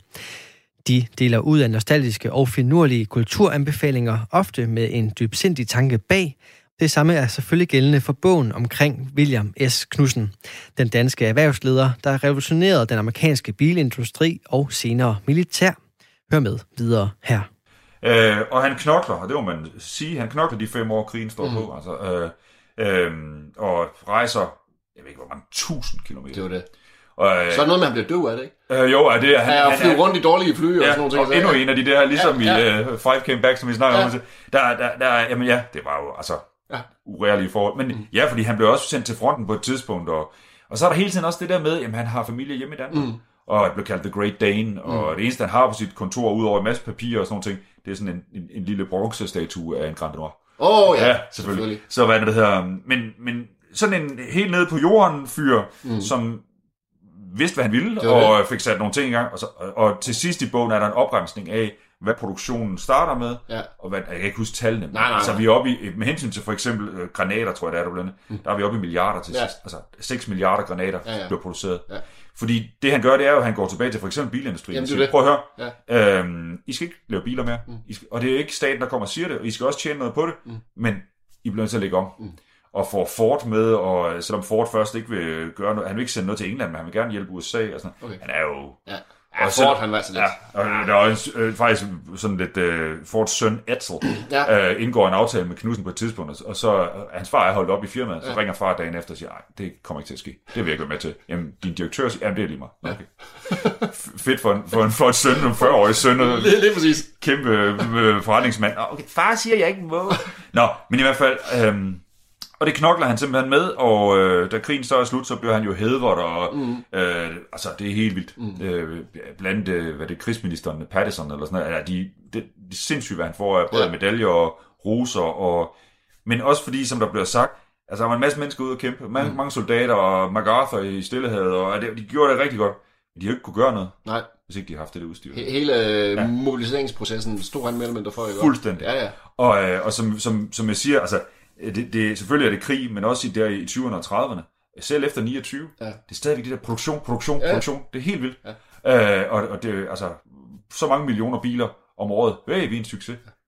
De deler ud af nostalgiske og finurlige kulturanbefalinger, ofte med en dybsindig tanke bag. Det samme er selvfølgelig gældende for bogen omkring William S. Knudsen, den danske erhvervsleder, der revolutionerede den amerikanske bilindustri og senere militær. Hør med videre her. Øh, og han knokler, og det må man sige, han knokler de fem år, krigen står mm. på, altså, øh, øh, og rejser, jeg ved ikke, hvor mange tusind kilometer. Det var det. Og, øh, så er det noget, man bliver død af det, ikke? Øh, jo, er det han, ja, og flyve rundt i dårlige fly og ja, sådan nogle ting. Og endnu en af de der, ligesom ja, ja. i uh, Five Came Back, som vi snakker ja. om. Der, der, der, jamen ja, det var jo altså ja. urærlige forhold. Men mm. ja, fordi han blev også sendt til fronten på et tidspunkt, og, og så er der hele tiden også det der med, jamen han har familie hjemme i Danmark, mm. og han blev kaldt The Great Dane, og mm. det eneste, han har på sit kontor, udover en masse papir og sådan nogle ting, det er sådan en, en, en lille bronzestatue af en Grand Noir. Åh oh, ja, ja selvfølgelig. selvfølgelig. Så hvad er det her? Men, men sådan en helt nede på jorden fyr, mm. som vidste, hvad han ville, og det. fik sat nogle ting i gang. Og, så, og til sidst i bogen er der en opremsning af, hvad produktionen starter med, ja. og hvad, jeg kan ikke huske tallene, nej, nej, nej. Altså vi er oppe i, med hensyn til for eksempel øh, granater, tror jeg det er, der, blandt, mm. der er vi oppe i milliarder til ja. sidst. Altså seks milliarder granater ja, ja. bliver produceret. Ja. Fordi det han gør, det er jo, at han går tilbage til for eksempel bilindustrien. Jamen, og siger, prøv at høre, ja. øhm, I skal ikke lave biler mere, mm. I skal, og det er ikke staten, der kommer og siger det, og I skal også tjene noget på det, mm. men I bliver nødt til at lægge om. Mm. Og får Ford med, og selvom Ford først ikke vil gøre noget, han vil ikke sende noget til England, men han vil gerne hjælpe U S A, og sådan okay. Han er jo... Ja. Ja, og Ford, han var så lidt. Ja, og der er også øh, faktisk sådan lidt, øh, Fords søn Edsel, ja. øh, indgår en aftale med Knudsen på et tidspunkt, og så, øh, hans far er holdt op i firmaet, så ja. ringer far dagen efter og siger, nej, det kommer ikke til at ske, det vil jeg ikke være med til. Jamen, din direktør siger, jamen, det er lige meget. Okay. Ja. Fedt for en, for en flot søn, en fyrre-årig søn, og det, det er præcis. Kæmpe øh, forretningsmand. Okay, far siger, jeg ikke må. Nå, men i hvert fald... Øh, Og det knokler han simpelthen med, og øh, da krigen så er slut, så bliver han jo hædret, og mm. øh, altså, det er helt vildt. Mm. Øh, blandt, øh, hvad det er, krigsministeren, Patterson eller sådan noget, ja, de, det, det er sindssygt, hvad han får af både ja. medaljer og roser, og, men også fordi, som der bliver sagt, altså der var en masse mennesker ude at kæmpe, mange, mm. mange soldater, og MacArthur i Stillehavet, og de gjorde det rigtig godt, men de har ikke kunne gøre noget. Nej. Hvis ikke de har haft det udstyr. He- hele ja. mobiliseringsprocessen stod han mellem der for. Ikke? Fuldstændig. Ja, ja. Og, øh, og som, som, som jeg siger, altså, Det, det, selvfølgelig er det krig, men også i, der i tyverne og trediverne. Selv efter niogtyve. Ja. Det er stadigvæk det der produktion, produktion, ja. produktion. Det er helt vildt. Ja. Øh, og, og det altså så mange millioner biler om året. Hey, vi er en succes.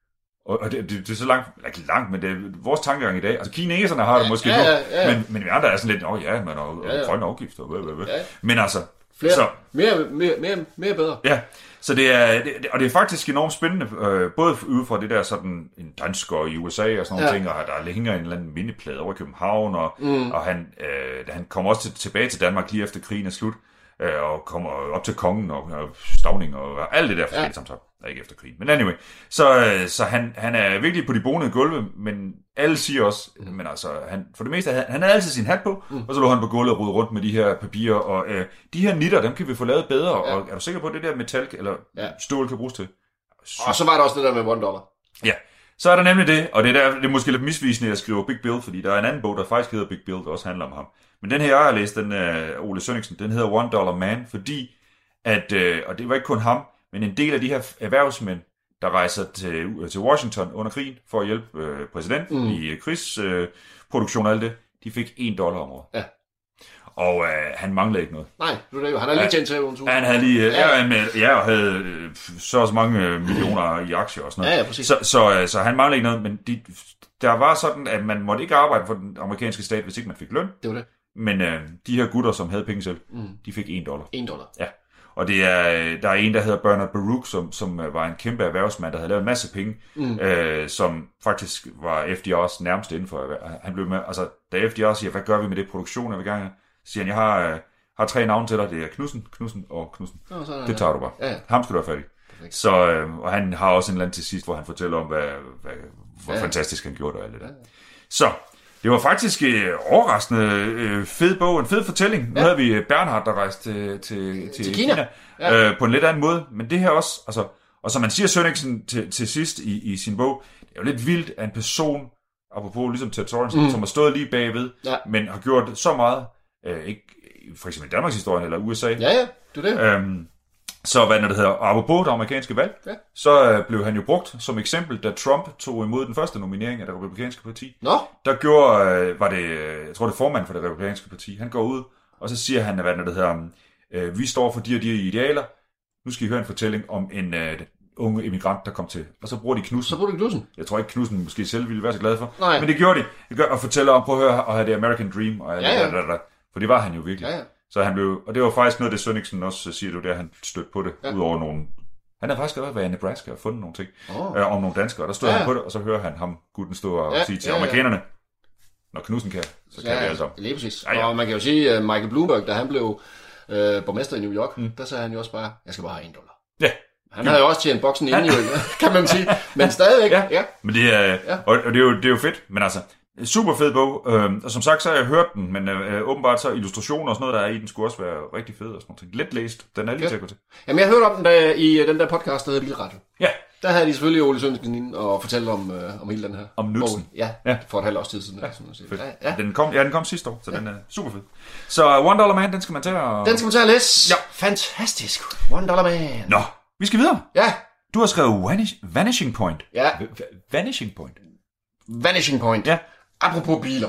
Og, og det, det, det er så langt, ikke langt, men det er vores tankegang i dag. Altså kineserne har det ja, måske ja, ja, ja. nu, men, men vi andre er sådan lidt, åh ja, man har ja, ja. grønne afgifter, blah, blah, blah. Ja. Men altså... Flere, så, mere, mere, mere, mere bedre. Ja, så det er, det, og det er faktisk enormt spændende, øh, både ude fra det der sådan en dansker i U S A og sådan nogle ja. ting, og der hænger en eller anden mindeplade over i København, og, mm. og han, øh, han kommer også til, tilbage til Danmark lige efter krigen er slut, øh, og kommer op til kongen og, og Stauning og alt det der forskellige ja. samtidig. Ikke efter krigen, men anyway. Så, så han, han er virkelig på de bonede gulve, men alle siger også, mm. men altså, han, for det meste, han, han havde altid sin hat på, mm. og så lå han på gulvet og rode rundt med de her papirer, og øh, de her nitter, dem kan vi få lavet bedre, ja. og er du sikker på, at det der metal eller ja. stål kan bruges til? Så... Og så var der også det der med one dollar. Ja, så er der nemlig det, og det er, der, det er måske lidt misvisende, at jeg skriver Big Bill, fordi der er en anden bog, der faktisk hedder Big Bill, der også handler om ham. Men den her, jeg har læst, den er Ole Sønnigsen, den hedder One Dollar Man, fordi, at, øh, og det var ikke kun ham, men en del af de her erhvervsmænd, der rejser til, til Washington under krigen for at hjælpe øh, præsidenten mm. i krigsproduktion øh, og alt det, de fik en dollar om året. Ja. Og øh, han manglede ikke noget. Nej, det er jo. Han havde lige tjent til tusind. Han havde lige, øh, ja, ja, ja, og havde øh, så også mange millioner i aktier og sådan noget. Ja, ja, præcis. Så, så, øh, så han manglede ikke noget, men de, der var sådan, at man måtte ikke arbejde for den amerikanske stat, hvis ikke man fik løn. Det var det. Men øh, de her gutter, som havde penge selv, mm. de fik en dollar. En dollar. Ja. Og det er, der er en, der hedder Bernard Baruch, som, som var en kæmpe erhvervsmand, der havde lavet en masse penge, mm. øh, som faktisk var F D R's nærmest inden for. Han blev med, altså, da F D R siger, hvad gør vi med det produktion, jeg vil gerne, siger han, jeg har, øh, har tre navne til dig, det er Knudsen, Knudsen og Knudsen. Oh, sådan, det tager du bare. Ja, ja. Ham skal du have fat i. Så, øh, og han har også en eller anden til sidst, hvor han fortæller om, hvad, hvad, hvor ja. fantastisk han gjorde og alt det der. Ja, ja. Så, det var faktisk øh, overraskende øh, fed bog, en fed fortælling. Nu ja. havde vi Bernhard, der rejste til, til, til, til Kina, Kina ja. øh, på en lidt anden måde. Men det her også, altså, og som man siger Sønnigsen til, til sidst i, i sin bog, det er jo lidt vildt, at en person, apropos ligesom Ted Sorensen, mm. som har stået lige bagved, ja. men har gjort så meget, øh, ikke for eksempel i Danmarks historie eller U S A. Ja, ja, det er det. Øhm, Så hvad når det hedder, apropos det amerikanske valg, ja. så øh, blev han jo brugt som eksempel, da Trump tog imod den første nominering af det republikanske parti. Nå. Der gjorde, øh, var det, jeg tror det er formanden for det republikanske parti, han går ud, og så siger han, hvad når det hedder, øh, vi står for de og de idealer, nu skal I høre en fortælling om en øh, unge immigrant, der kom til. Og så bruger de Knudsen. Så bruger de Knudsen? Jeg tror ikke, Knudsen måske selv ville være så glad for. Nej. Men det gjorde de. Det gør, og fortæller om, prøv at høre, og have det American Dream, og alt ja, ja. Der, der, der. For det var han jo virkelig. Ja, ja. Så han blev, og det var faktisk noget, det Sønnigsen også siger, det var der, han stødte på det, ja. ud over nogle, han har faktisk været i Nebraska og fundet nogle ting, oh. øh, om nogle danskere, og der stod ja. han på det, og så hører han ham, gutten, stå og ja, sige til ja, ja. amerikanerne, når Knudsen kan, så kan ja, vi alle sammen. Lige præcis. Ja, ja. Og man kan jo sige, at Michael Bloomberg, da han blev øh, borgmester i New York, mm. der sagde han jo også bare, jeg skal bare have en dollar. Ja. Han havde jo også tjent boksen ind i, kan man sige, men stadigvæk. Ja, ja. Men det er, ja. og, og det, er jo, det er jo fedt, men altså, super fed bog, øh, og som sagt, så har jeg hørt den, men øh, åbenbart så illustrationer og sådan noget, der er i den, skulle også være rigtig fed og sådan noget. Let læst, den er lige ja. til at gå til. Jamen, jeg hørte om den der, i den der podcast, der hedder Bilradio. Ja. Der havde de selvfølgelig Ole Sønnigsen ind og fortælle om, øh, om hele den her om Knudsen. Ja, ja, for et halvt års tid siden. Ja, sådan ja, ja. Den kom, ja, den kom sidste år, så ja. den er super fed. Så One Dollar Man, den skal man tage og... Den skal man tage og læse. Ja. Fantastisk. One Dollar Man. Nå, vi skal videre. Ja. Du har skrevet Vanish, Vanishing Point. Ja. Vanishing Point. Vanishing Point. Ja. Apropos biler.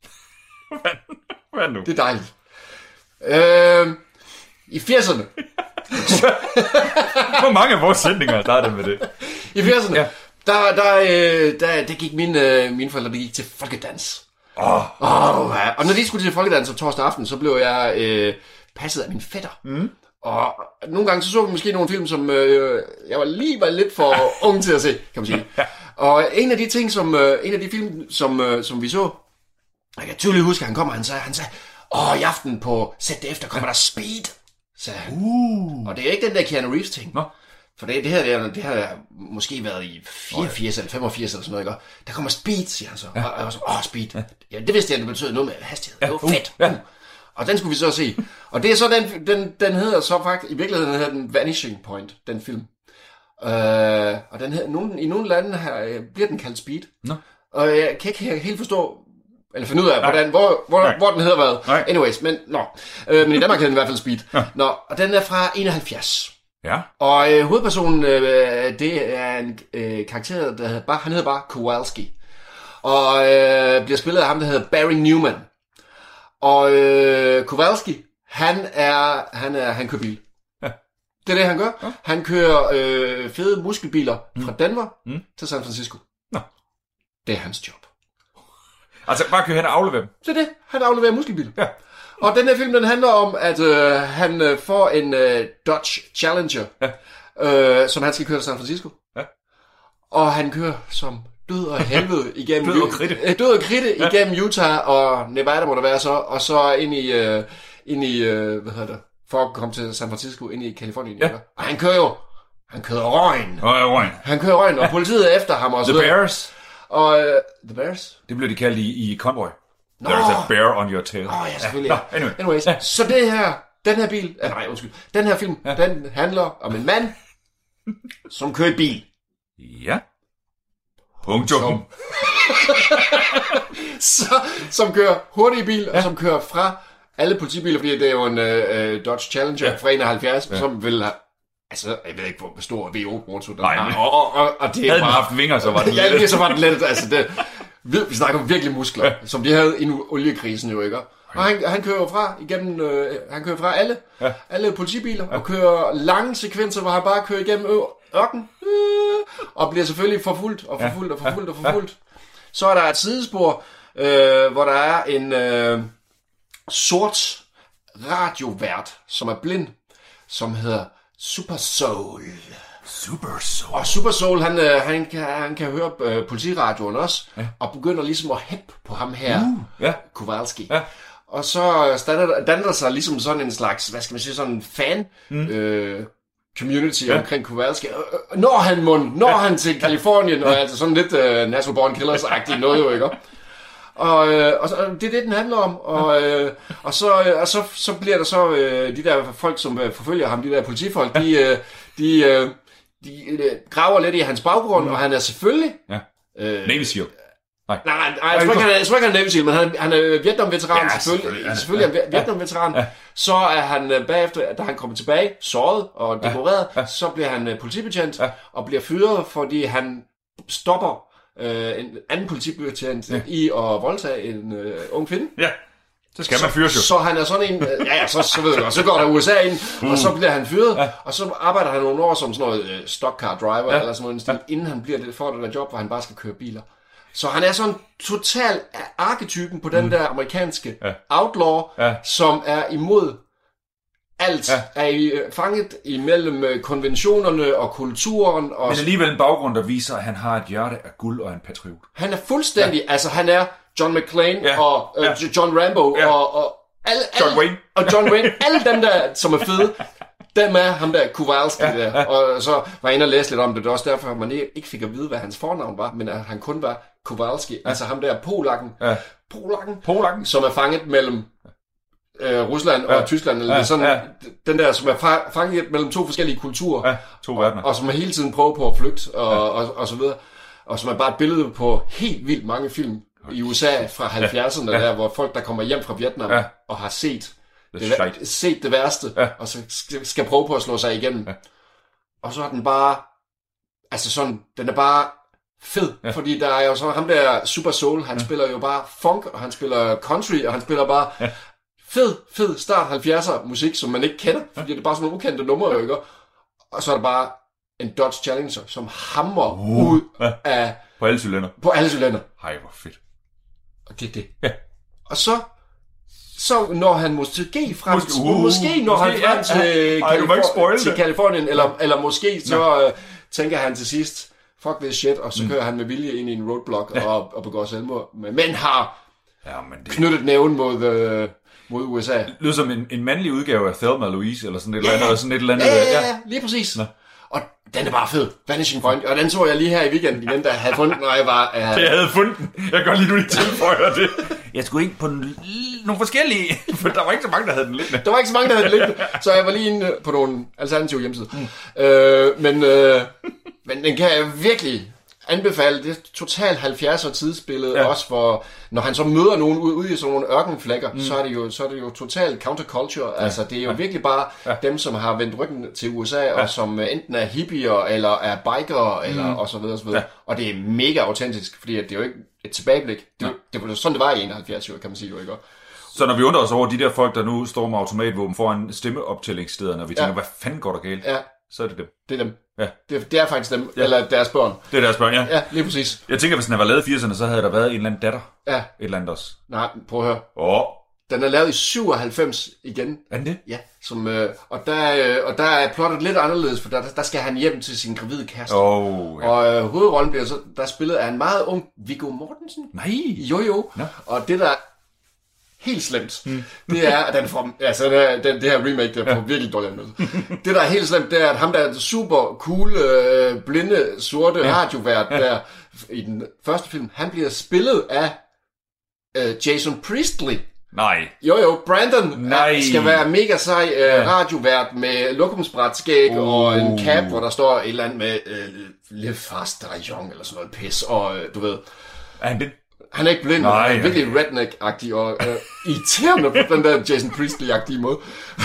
hvad, hvad nu? Det er dejligt. Øh, I firserne. Hvor mange af vores sætninger startede med det? I firserne, ja. der, der, øh, der, der gik mine, øh, mine forældre, der gik til folkedans. Oh. Oh, ja. Og når de skulle til folkedans om torsdag aften, så blev jeg øh, passet af min fætter. Mm. Og nogle gange så så vi måske nogle film, som øh, jeg var lige var lidt for ung til at se, kan man sige. Og en af de ting, som øh, en af de film, som øh, som vi så, jeg kan tydeligt huske, at han kommer, han sagde, han sagde, åh, i aften på sæt det efter kommer der Speed, sagde han. Uh. Og det er ikke den der Keanu Reeves ting. Nå. For det, det her, det, er, det har måske været i fireogfirs eller femogfirs eller sådan noget, ikke? Der kommer Speed, siger han så. Ja. Og jeg var så, åh, Speed. Ja. Ja, det vidste jeg, det betød noget med hastighed. Ja. Det var fedt. Uh. Ja. Og den skulle vi så se. Og det er så den, den, den hedder så faktisk, i virkeligheden hedder den Vanishing Point, den film. Uh, og den hedder, nogen, i nogle lande her, bliver den kaldt Speed. No. Og jeg kan ikke helt forstå, eller finde ud af, hvordan, hvor, hvor, hvor den hedder hvad. Nej. Anyways, men, nå. Uh, men i Danmark hedder den i hvert fald Speed. Ja. Nå, og den er fra enoghalvfjerds. Ja. Og uh, hovedpersonen, uh, det er en uh, karakter, der hedder bare, han hedder bare Kowalski. Og uh, bliver spillet af ham, der hedder Barry Newman. Og øh, Kowalski, han er, han er, han kører bil. Ja. Det er det, han gør. Ja. Han kører øh, fede muskelbiler mm. fra Denver mm. til San Francisco. Nå. Det er hans job. Altså, bare kører hen og aflevere dem? Det er det. Han afleverer muskelbiler. Ja. Og den her film, den handler om, at øh, han øh, får en øh, Dodge Challenger, ja. øh, som han skal køre til San Francisco. Ja. Og han kører som død og helvede igennem... død og kridte. Øh, død og kridte ja. igennem Utah og Nevada, må der være så, og så ind i, øh, ind i øh, hvad hedder det, for at komme til San Francisco, ind i Kalifornien. Ja. Og han kører jo, han kører røgn. Og røgn. Han kører røgn, og politiet er efter ham også. The Bears. Og, øh, The Bears? Det blev de kaldt i, i Convoy. Nå. There's a bear on your tail. Åh, oh, ja, selvfølgelig. Ja. Nå, anyway. Anyways, ja. Så det her, den her bil, ah, nej, undskyld, den her film, ja. den handler om en mand, som kører bil. Ja. Punktum. Så, som kører hurtig bil, ja. og som kører fra alle politibiler, fordi det er jo en uh, Dodge Challenger ja. fra enoghalvfjerds, ja. som vil have, altså, jeg ved ikke, hvor stor V otte-motor den har. Og, og, og, og det havde bare, den haft vinger, så var den let. Ja, så var den let. Altså, det, vi snakker virkelig muskler, ja. som de havde i oliekrisen jo, ikke? Og han, han kører fra igennem, øh, han kører fra alle, ja. alle politibiler, ja. og kører lange sekvenser, hvor han bare kører igennem ørken, øh, og bliver selvfølgelig forfulgt, og forfulgt, og forfulgt, og forfulgt. Så er der et sidespor, øh, hvor der er en øh, sort radiovært, som er blind, som hedder Super Soul. Super Soul. Og Super Soul, han, han, kan, han kan høre øh, politiradioen også, ja. og begynder ligesom at hæppe på ham her, uh, ja. Kowalski. Ja. Og så danner der sig ligesom sådan en slags, hvad skal man sige, sådan en fan mm. øh, community ja. omkring Kowalski. Når han mund, når ja. han til Kalifornien, og altså sådan lidt uh, Natural Born Killers-agtigt noget jo, ikke? Og, øh, og, og det er det, den handler om. Og, øh, og, så, øh, og så, så bliver der så øh, de der folk, som øh, forfølger ham, de der politifolk, de, øh, de, øh, de øh, graver lidt i hans baggrund, mm. og han er selvfølgelig... Ja. Øh, Navy SEAL. Nej, nej, nej, jeg tror ikke, han er, jeg tror ikke, han er Navy SEAL, men han, han er Vietnam-veteran, ja, selvfølgelig. Selvfølgelig, selvfølgelig er han Vietnam-veteran. Ja. Så er han bagefter, da han kommer tilbage, såret og dekoreret, ja. Ja. så bliver han politibetjent, ja. og bliver fyret, fordi han stopper øh, en anden politibetjent ja. i at voldtage en øh, ung kvinde. Ja. Så skal man fyres jo. Så han er sådan en, ja, ja, så, så ved jeg godt, så går der U S A ind, mm. og så bliver han fyret, ja. og så arbejder han nogle år som sådan noget uh, stock car driver, ja. eller sådan noget, stil, ja. inden han bliver det, får det der job, hvor han bare skal køre biler. Så han er sådan total arketypen på den mm. der amerikanske ja. outlaw, ja. som er imod alt, ja. er i, fanget imellem konventionerne og kulturen. Og men alligevel en baggrund, der viser, at han har et hjerte af guld og en patriot. Han er fuldstændig, ja. altså han er John McClane ja. og uh, ja. John Rambo ja. og, og alle, John Wayne. Og John Wayne, alle dem der, som er fede, dem er ham der Kowalski ja. der. Og så var jeg inde og læse lidt om det. Det er også derfor, at man ikke fik at vide, hvad hans fornavn var, men at han kun var Kowalski. Ja. Altså ham der Polakken, ja. Polakken, Polakken, som er fanget mellem øh, Rusland og ja. Tyskland. Eller ja. sådan, ja. Den der, som er fanget mellem to forskellige kulturer. Ja. To verdener. Og, og som er hele tiden prøver på at flygte og, ja. og, og, og så videre. Og som er bare et billede på helt vildt mange film i U S A fra halvfjerdserne, ja. der, hvor folk, der kommer hjem fra Vietnam ja. og har set det, set det værste, ja. og så skal, skal prøve på at slå sig igennem. Ja. Og så er den bare, altså sådan, den er bare fed, ja. fordi der er jo så ham der Super Soul, han ja. spiller jo bare funk, og han spiller country, og han spiller bare ja. fed, fed start halvfjerdser musik, som man ikke kender, fordi det er bare sådan nogle ukendte numre, ja. ikke? Og så er der bare en Dodge Challenger, som hammer uh. ud ja. af... På alle cylinder. På alle cylinder. Hej, hvor fedt. Og det er det. Ja. Og så, så når han måske frem måske, til, uh, måske når måske, han frem ja, til, ja. Kalifor- Ej, til Kalifornien, eller, eller måske så uh, tænker han til sidst, fuck this shit, og så mm. kører han med vilje ind i en roadblock ja. og, og begår selvmord. Men har ja, men det... knyttet næven mod, uh, mod U S A. Det lyder som en, en mandlig udgave af Thelma og Louise, eller sådan et ja, eller andet. Sådan et eller andet ja, ja, ja, lige præcis. Nå. Og den er bare fed. Vanishing Point. Og den så jeg lige her i weekenden igen, der havde fundet den, når jeg var... Uh... Jeg havde fundet den. Jeg kan godt lide, du lige tilføjer det. Jeg skulle ind på n- nogle forskellige, for der var ikke så mange, der havde den liggende. Der var ikke så mange, der havde den liggende, så jeg var lige inde på nogle alternative hjemmesider. Mm. Øh, men, øh, men den kan jeg virkelig anbefale. Det er totalt halvfjerdser tidsbillede, ja. også for, når han så møder nogen ude, ude i sådan nogle ørkenflækker, mm. så er det jo, så er det jo totalt counterculture. Ja. Altså, det er jo ja. virkelig bare ja. dem, som har vendt ryggen til U S A, ja. og som enten er hippier, eller er bikere, eller mm. og så videre, og så videre. Ja. Og det er mega autentisk, fordi det er jo ikke et tilbageblik. Det, ja. det var sådan, det var i enoghalvfjerds, kan man sige jo, ikke? Så når vi undrer os over de der folk, der nu står med automatvåben foran stemmeoptællingsstederne, og vi tænker, ja. hvad fanden går der galt? Ja. Så er det dem. Det er dem. Ja. Det, det er faktisk dem, ja. Eller deres børn. Det er deres børn, ja. Ja, lige præcis. Jeg tænker, hvis den var lavet i firserne, så havde der været en eller anden datter. Ja. Et eller andet også. Nej, prøv at høre. Åh. Oh. Den er lavet i syvoghalvfems igen. Er den det? Ja. Som, øh, og, der, øh, og der er plottet lidt anderledes, for der, der skal han hjem til sin gravide kæreste. Oh, ja. Og øh, hovedrollen bliver så, der er spillet af en meget ung Viggo Mortensen. Nej. Jo, jo. No. Og det der helt slemt, mm. det er, at den får, altså, den, den, det her remake, der får ja. virkelig dårlig anmeldelse. Det, der er helt slemt, det er, at ham, der er super cool, øh, blinde, sorte ja. radiovært, ja. der i den første film, han bliver spillet af øh, Jason Priestley. Nej. Jo, jo, Brandon Nej. skal være mega sej øh, ja. radiovært med lokumsbrætskæg uh. og en cap, hvor der står et eller andet med øh, Le Faster Young, eller sådan noget pis, og øh, du ved. Er han det? Han er ikke blind, Nej, han er virkelig redneck-agtig og øh, irriterende på den der Jason Priestley-agtige måde.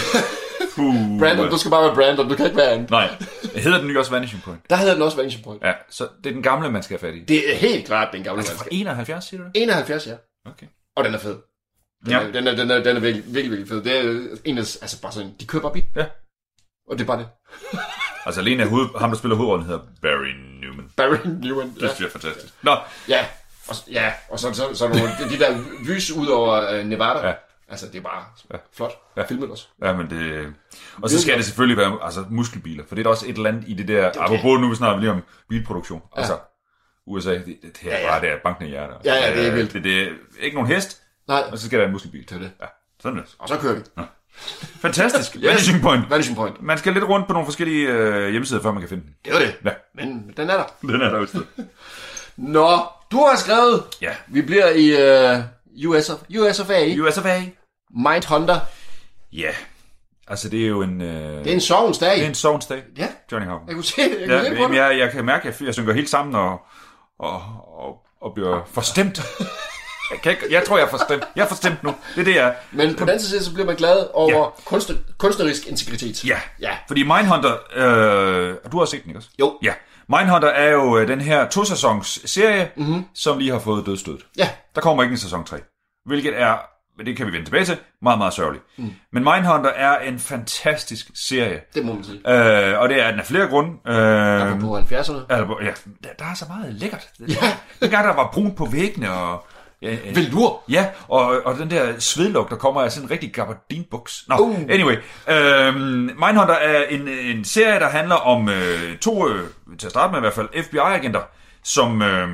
uh, Brandon, du skal bare være Brandon, du kan ikke være andet. Nej, hedder den nye også Vanishing Point? Der hedder den også Vanishing Point. Ja, så det er den gamle, man skal have fat i. Det er helt klart den gamle, altså man skal. fra enoghalvfjerds, siger du det? enoghalvfjerds, ja. Okay. Og den er fed. Den, ja. er, den, er, den, er, den er virkelig, virkelig, virkelig fed. Det er en af, altså bare sådan, de kører bare bil. Ja. Og det er bare det. Altså alene af hoved, ham, der spiller hovedrollen, hedder Barry Newman. Barry Newman, ja. Det synes jeg er fantastisk. Nå. Ja, og, ja, og så, så, så nogle, de der vys ud over uh, Nevada. Ja. Altså, det er bare ja. flot. Ja. Filmet også. Ja, men det... Og så skal det selvfølgelig være altså, muskelbiler, for det er også et eller andet i det der... Det apropos okay. Nu vi snakker lige om bilproduktion. Ja. Altså, U S A, det, det her ja, ja. bare det er bankende hjerter. Ja, ja, det er vildt. Det, det er ikke nogen hest, nej. Og så skal der være en muskelbil. Det er det. Ja, sådan det. Og så kører vi. Ja. Fantastisk. yes. Vanishing Point. Vanishing Point. Man skal lidt rundt på nogle forskellige øh, hjemmesider, før man kan finde den. Det er det. Ja. Men den er der. Den er der jo et sted. Nå, du har skrevet. Ja. Vi bliver i uh, U S of, U S of A. U S of A. Mindhunter. Ja. Altså, det er jo en... Øh... Det er en sovens dag. Det er en sovens dag. Ja. Johnny Haugen. Jeg kunne se det. Jeg, ja, jeg, jeg, jeg kan mærke, at jeg, jeg synker helt sammen og, og, og, og bliver forstemt. Jeg, kan ikke, jeg tror, jeg er forstemt. Jeg er forstemt nu. Det er det, jeg er. Men på den side, så bliver man glad over ja. kunstner, kunstnerisk integritet. Ja. ja. Fordi Mindhunter... Øh... Du har set den, ikke også? Jo. Ja. Mindhunter er jo den her to-sæsons serie, mm-hmm. som lige har fået dødsstødet. Ja. Der kommer ikke en sæson tre. Hvilket er, det kan vi vende tilbage til, meget, meget sørgeligt. Mm. Men Mindhunter er en fantastisk serie. Det må man sige. Øh, og det er den af flere grunde. Øh, der var på halvfjerdserne. Altså, ja, der, der er så meget lækkert. Ja. Dengang der var brun på væggene og... Ja, velur. Ja, og, og den der svedlugt, der kommer af sådan en rigtig gabardinbuks. Nå, uh. anyway. Øh, Mindhunter er en, en serie, der handler om øh, to, øh, til at starte med i hvert fald, F B I-agenter, som... Øh,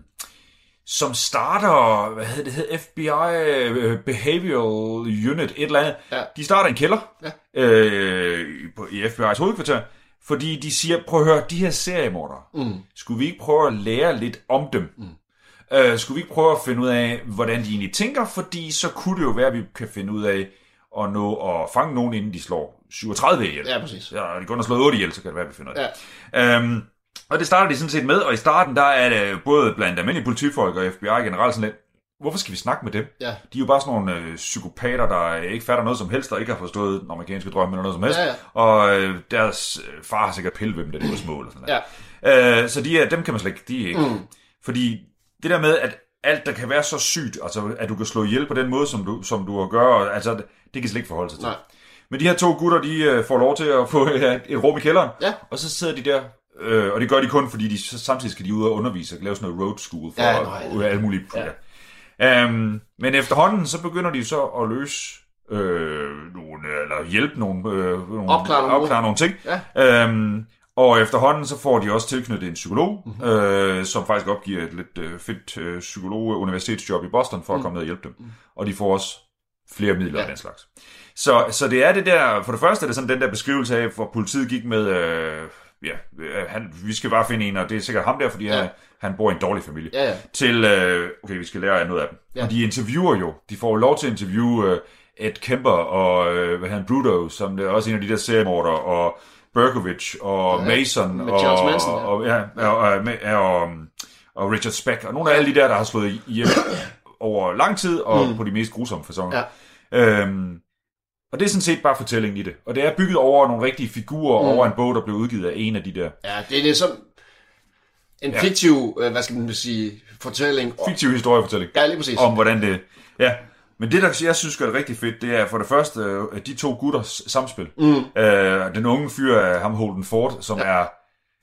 som starter, hvad hedder det, hedder F B I Behavioral Unit, et eller andet. Ja. De starter en kælder ja. øh, i F B I's hovedkvarter, fordi de siger, prøv at høre, de her seriemordere, mm. skulle vi ikke prøve at lære lidt om dem? Mm. Øh, skulle vi ikke prøve at finde ud af, hvordan de egentlig tænker, fordi så kunne det jo være, at vi kan finde ud af at nå at fange nogen, inden de slår syvogtredive ihjel. Ja, præcis. Ja, og de kun har slået otte ihjel, så kan det være, at vi finder det. Ja. Øhm, Og det starter de sådan set med, og i starten, der er det både blandt almindelige politifolk og F B I generelt sådan lidt, hvorfor skal vi snakke med dem? Ja. De er jo bare sådan nogle øh, psykopater, der ikke fatter noget som helst, og ikke har forstået den amerikanske drøm eller noget som helst. Ja, ja. Og øh, deres far har sikkert pillet ved dem, da de var små eller sådan noget. Ja. Øh, så de er, dem kan man slet ikke, de er ikke. Mm. Fordi det der med, at alt, der kan være så sygt, altså at du kan slå ihjel på den måde, som du, som du gør, altså det, det kan slet ikke forholde sig til. Nej. Men de her to gutter, de øh, får lov til at få et, et rum i kælderen, ja. Og så sidder de der. Øh, og det gør de kun, fordi de samtidig skal de ud og undervise og lave sådan noget road school for ja, nej, nej. alle mulige ja. um, Men efterhånden, så begynder de så at løse øh, nogle, eller hjælpe nogle, øh, nogle opklare, opklare nogle ting. Ja. Um, og efterhånden, så får de også tilknyttet en psykolog, mm-hmm. øh, som faktisk opgiver et lidt øh, fedt øh, psykolog-universitetsjob i Boston for at komme ned og hjælpe dem. Mm. Og de får også flere midler ja. af den slags. Så, så det er det der, for det første er det sådan den der beskrivelse af, hvor politiet gik med... Øh, Ja, han, vi skal bare finde en, og det er sikkert ham der, fordi ja. han, han bor i en dårlig familie. Ja, ja. Til, øh, okay, vi skal lære noget af dem. Ja. Og de interviewer jo, de får lov til at interviewe øh, Ed Kemper og øh, hvad han Bruto, som er også en af de der seriemordere, og Berkovich og ja, Mason og, Manson, ja. og, ja, og, og, og, og Richard Speck, og nogle af alle de der, der har slået ihjel over lang tid, og mm. på de mest grusomme faconer. Ja. Øhm, Og det er sådan set bare fortællingen i det. Og det er bygget over nogle rigtige figurer, mm. over en bog, der blev udgivet af en af de der. Ja, det er ligesom en ja. fiktiv, hvad skal man sige, fortælling. Fiktiv historiefortælling. Ja, lige præcis. Om hvordan det... Ja, Men det, der jeg synes gør det rigtig fedt, det er for det første de to gutters samspil. Mm. Øh, den unge fyr af ham Holden Ford, som ja. er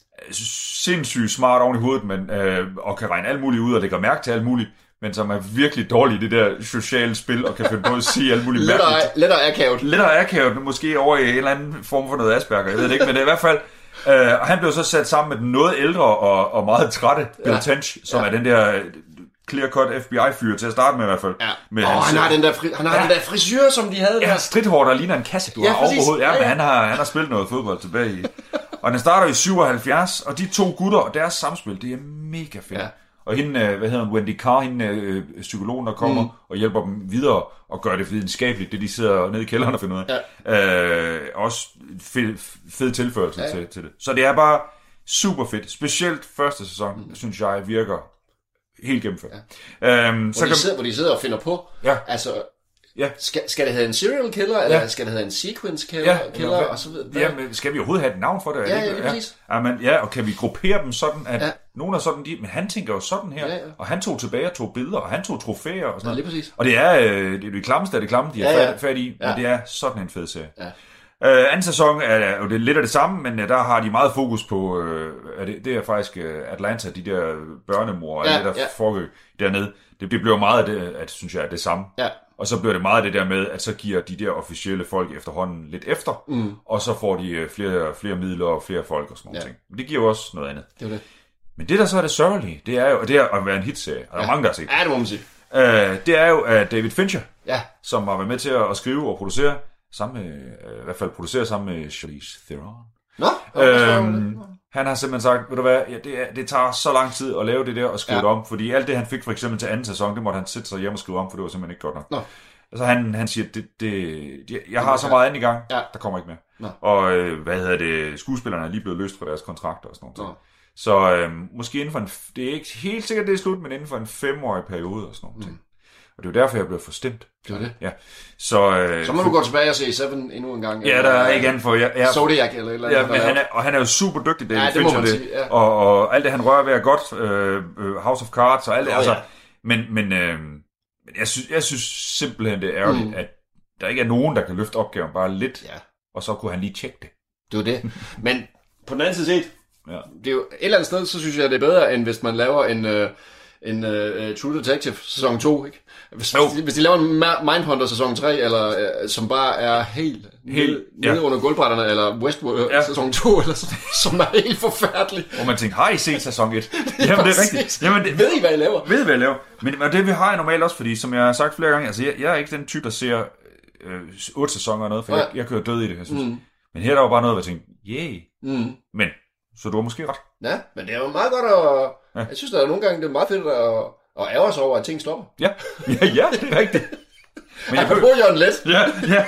sindssygt smart oven i hovedet, men, øh, og kan regne alt muligt ud og lægger mærke til alt muligt, men som er virkelig dårlig i det der sociale spil, og kan finde på at sige alt muligt mærkeligt. Lettere akavet. Lettere akavet, måske over i en eller anden form for noget Asperger, jeg ved det ikke, men det er i hvert fald... Øh, og han blev så sat sammen med den noget ældre og, og meget trætte Bill ja. Tench, som ja. er den der clear-cut F B I-fyr til at starte med i hvert fald. Ja. Med oh, hans, han har den der, fri, han har ja. den der frisyr, som de havde der. Ja, stridthår, der ligner en kasse, du ja, har over på hovedet. Ja, ja. Men han har, han har spillet noget fodbold tilbage i. Og den starter i syvoghalvfjerds, og de to gutter og deres samspil, det er mega fedt. Ja. Og hende, hvad hedder hun, Wendy Carr, hende øh, psykologen, der kommer mm. og hjælper dem videre og gør det videnskabeligt, det de sidder nede i kælderen og finder ud af. Ja. Øh, også fed, fed tilførelse ja. til, til det. Så det er bare super fedt. Specielt første sæson, mm. synes jeg, virker helt gennemført. Ja. Øhm, hvor, så de kan... sidder, hvor de sidder og finder på, ja. altså... Ja. Skal, skal det hedde en serial killer, eller ja. skal det hedde en sequence killer, ja, killer og så videre? Ja, men skal vi overhovedet have et navn for det? Ja, ja, ja, præcis. Ja, men, ja, og kan vi gruppere dem sådan, at ja. nogen er sådan, de, men han tænker jo sådan her, ja, ja. og han tog tilbage og tog billeder, og han tog trofæer og sådan ja, noget. Præcis. Og det er øh, det, er det klammeste af det klamme, de har ja, ja. fat i, ja. men det er sådan en fed serie. Ja. Øh, anden sæson er jo det lidt af det samme, men der har de meget fokus på, øh, det, det er faktisk Atlanta, de der børnemor, og ja, det der ja. foregår dernede. Det, det bliver meget af det, at, synes jeg, er det samme. Ja. Og så bliver det meget det der med, at så giver de der officielle folk efterhånden lidt efter, mm. og så får de flere, flere midler og flere folk og sådan noget. Ja. ting. Men det giver jo også noget andet. Det er det. Men det der så er det sørgelige, det er jo det er at være en hitserie. Og der er mange, der har set. Ja, det må man sige. Uh, det er jo uh, David Fincher, ja. som har været med til at, at skrive og producere, sammen med, uh, i hvert fald producere sammen med Charlize Theron. Nå, øhm, han har simpelthen sagt, ved du hvad, ja, det, er, det tager så lang tid at lave det der og skrive ja. det om, fordi alt det, han fik for eksempel til anden sæson, det måtte han sætte sig hjem og skrive om, for det var simpelthen ikke godt nok. Nå. Altså han, han siger, det, det, det, jeg har så meget andet i gang, ja. der kommer ikke mere. Nå. Og øh, hvad hedder det, skuespillerne er lige blevet løst fra deres kontrakter og sådan noget. Så øh, måske inden for en, det er ikke helt sikkert, det er slut, men inden for en femårig periode og sådan noget. Mm. Og det er jo derfor, jeg blev forstemt. Det var det. Ja. Så, øh, så må du gå tilbage og se Seven endnu en gang. Ja, der er ikke andet for... Ja, ja, Zodiac eller et eller andet. Ja, men han er, og han er jo super dygtig, David ja, det Fincher, må man sige, ja. og, og alt det, han rører ved er godt. Øh, House of Cards og alt det. Oh, altså, ja. Men, men, øh, men jeg, synes, jeg synes simpelthen, det er ærgerligt, mm. at der ikke er nogen, der kan løfte opgaven bare lidt, ja. og så kunne han lige tjekke det. Det var det. Men på den anden side set, ja. det er jo et eller andet sted, så synes jeg, det er bedre, end hvis man laver en... Øh, en uh, True Detective sæson to, ikke? Hvis, oh. hvis de laver en Mindhunter sæson tre, eller uh, som bare er helt, helt nede ja. under gulvbrætterne, eller Westworld ja. sæson to, eller så, som er helt forfærdelig. Og man tænker, har I set sæson et? Jamen det er rigtigt. Jamen, det, ved I, hvad I laver? Ved I, hvad I laver? Men og det vi har jeg normalt også, fordi som jeg har sagt flere gange, altså jeg, jeg er ikke den type, der ser øh, otte sæsoner eller noget, for ja. jeg, jeg kører død i det, jeg synes. Mm. Men her er der jo bare noget, hvor jeg tænker, yeah. Mm. Men, så du har måske ret. Ja, men det er jo meget godt at... Ja. Jeg synes, der er nogle gange, det er meget fedt at, at ærge sig over, at ting stopper. Ja, ja, ja det er rigtigt. Men jeg kan få Jørgen let. Ja, ja.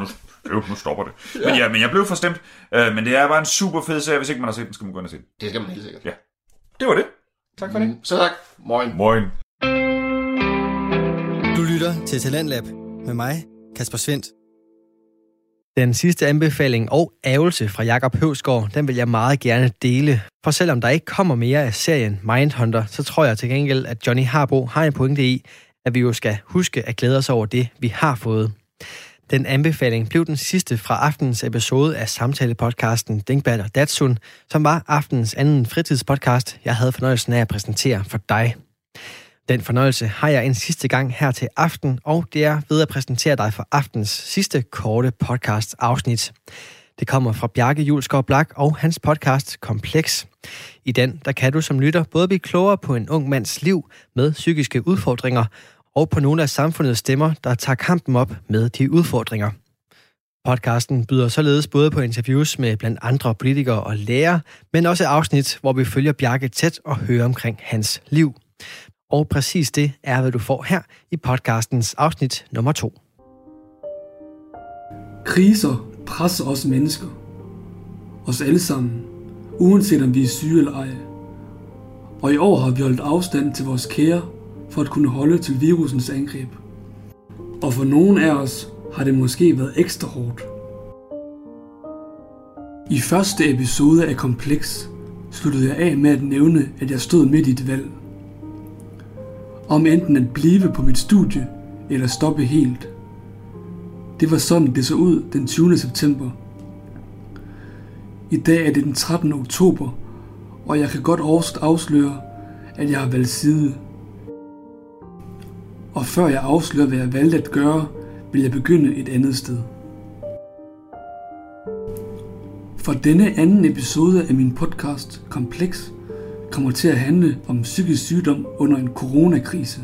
Jo, nu stopper det. Ja. Men ja, men jeg blev forstemt. Uh, men det er bare en super fed serie. Hvis ikke man har set den, skal man gå ind og se den. Det skal man helt sikkert. Ja. Det var det. Tak for mm. det. Så tak. Moin. Moin. Du lytter til Talentlab med mig, Kasper Svendt. Den sidste anbefaling og ærgelse fra Jakob Høvsgaard, den vil jeg meget gerne dele. For selvom der ikke kommer mere af serien Mindhunter, så tror jeg til gengæld, at Johnny Harbo har en pointe i, at vi jo skal huske at glæde os over det, vi har fået. Den anbefaling blev den sidste fra aftenens episode af samtalepodcasten Dingbat og Datsun, som var aftenens anden fritidspodcast, jeg havde fornøjelsen af at præsentere for dig. Den fornøjelse har jeg en sidste gang her til aften, og det er ved at præsentere dig for aftens sidste korte podcast afsnit. Det kommer fra Bjarke Julskov Blak og hans podcast Kompleks. I den der kan du som lytter både blive klogere på en ung mands liv med psykiske udfordringer, og på nogle af samfundets stemmer, der tager kampen op med de udfordringer. Podcasten byder således både på interviews med blandt andre politikere og lærere, men også afsnit, hvor vi følger Bjarke tæt og hører omkring hans liv. Og præcis det er, hvad du får her i podcastens afsnit nummer to. Kriser presser os mennesker. Os alle sammen, uanset om vi er syge eller ej. Og i år har vi holdt afstand til vores kære, for at kunne holde til virusens angreb. Og for nogen af os har det måske været ekstra hårdt. I første episode af Kompleks sluttede jeg af med at nævne, at jeg stod midt i et valg. Om enten at blive på mit studie, eller stoppe helt. Det var sådan, det så ud den tyvende september. I dag er det den trettende oktober, og jeg kan godt afsløre, at jeg har valgt side. Og før jeg afslører, hvad jeg valgte at gøre, vil jeg begynde et andet sted. For denne anden episode af min podcast, Kompleks, kommer til at handle om psykisk sygdom under en coronakrise.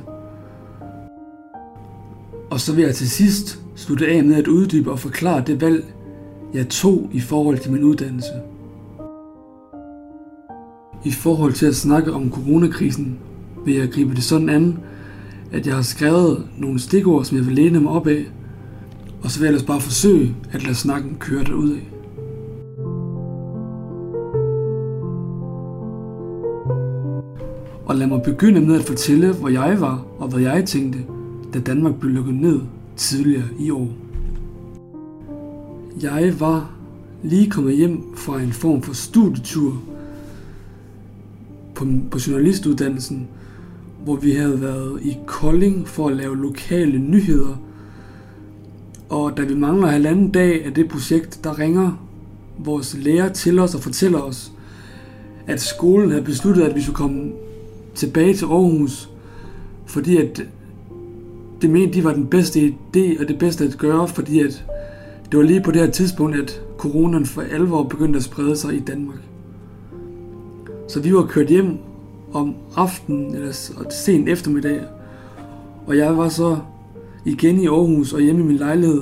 Og så vil jeg til sidst slutte af med at uddybe og forklare det valg, jeg tog i forhold til min uddannelse. I forhold til at snakke om coronakrisen, vil jeg gribe det sådan an, at jeg har skrevet nogle stikord, som jeg vil læne mig op af, og så vil jeg ellers bare forsøge at lade snakken køre derudad. Og lad mig begynde med at fortælle, hvor jeg var og hvad jeg tænkte, da Danmark blev lukket ned tidligere i år. Jeg var lige kommet hjem fra en form for studietur på, på journalistuddannelsen, hvor vi havde været i Kolding for at lave lokale nyheder. Og da vi mangler halvanden dag af det projekt, der ringer vores lærer til os og fortæller os, at skolen havde besluttet, at vi skulle komme tilbage til Aarhus, fordi at det mente, de var den bedste idé og det bedste at gøre, fordi at det var lige på det her tidspunkt, at coronaen for alvor begyndte at sprede sig i Danmark. Så vi var kørt hjem om aftenen eller sent eftermiddag, og jeg var så igen i Aarhus og hjemme i min lejlighed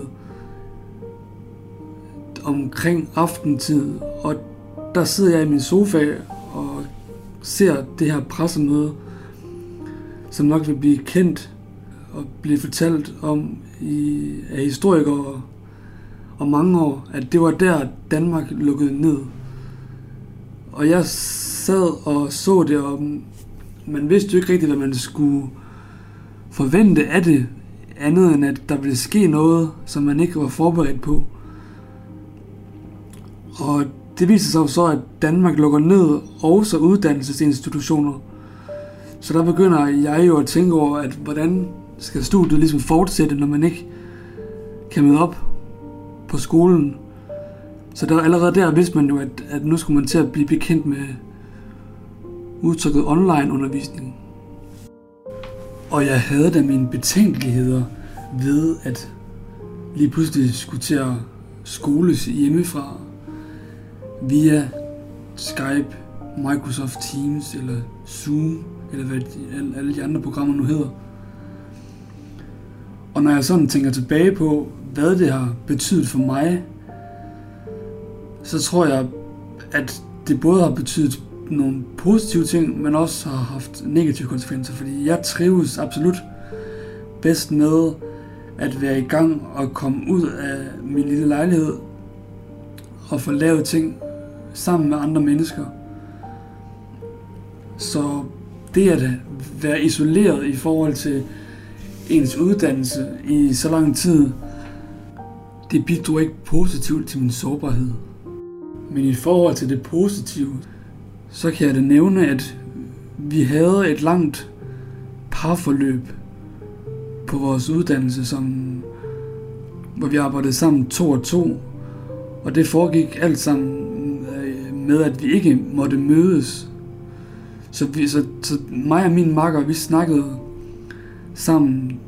omkring aftentid, og der sidder jeg i min sofa og ser det her pressemøde, som nok vil blive kendt og blive fortalt om i, af historikere om mange år, at det var der Danmark lukkede ned. Og jeg sad og så det, og man vidste jo ikke rigtigt, hvad man skulle forvente af det, andet end at der ville ske noget, som man ikke var forberedt på. Og det viser sig så, at Danmark lukker ned, også uddannelsesinstitutioner. Så der begynder jeg jo at tænke over, at hvordan skal studiet ligesom fortsætte, når man ikke kan møde op på skolen. Så der allerede der vidste man jo, at, at nu skulle man til at blive bekendt med udtrykket online undervisning. Og jeg havde da mine betænkeligheder ved, at lige pludselig skulle til at skoles hjemmefra via Skype, Microsoft Teams eller Zoom, eller hvad alle de andre programmer nu hedder. Og når jeg sådan tænker tilbage på, hvad det har betydet for mig, så tror jeg, at det både har betydet nogle positive ting, men også har haft negative konsekvenser, fordi jeg trives absolut bedst med at være i gang og komme ud af min lille lejlighed og få lavet ting sammen med andre mennesker. Så det at være isoleret i forhold til ens uddannelse i så lang tid, det bidrog ikke positivt til min sårbarhed. Men i forhold til det positive, så kan jeg da nævne, at vi havde et langt parforløb på vores uddannelse, som, hvor vi arbejdede sammen to og to, og det foregik alt sammen med, at vi ikke måtte mødes. Så, vi, så, så mig og min makker, vi snakkede sammen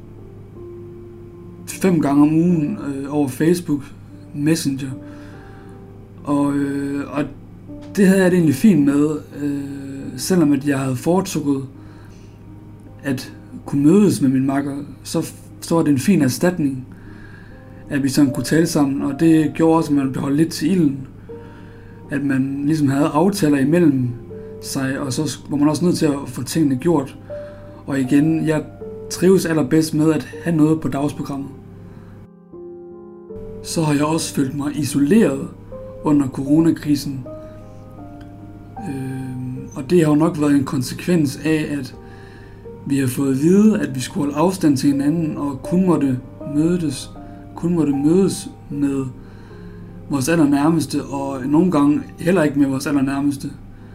fem gange om ugen øh, over Facebook Messenger. Og, øh, og det havde jeg det egentlig fint med, øh, selvom at jeg havde foretrukket at kunne mødes med min makker, så, så var det en fin erstatning, at vi sådan kunne tale sammen, og det gjorde også, at man blev holdt lidt til ilden, at man ligesom havde aftaler imellem sig, og så var man også nødt til at få tingene gjort. Og igen, jeg trives allerbedst med at have noget på dagsprogrammet. Så har jeg også følt mig isoleret under coronakrisen. Øh, og det har jo nok været en konsekvens af, at vi har fået at vide, at vi skulle holde afstand til hinanden og kun måtte mødes, kun måtte mødes med vores allernærmeste, og nogle gange heller ikke med vores allernærmeste.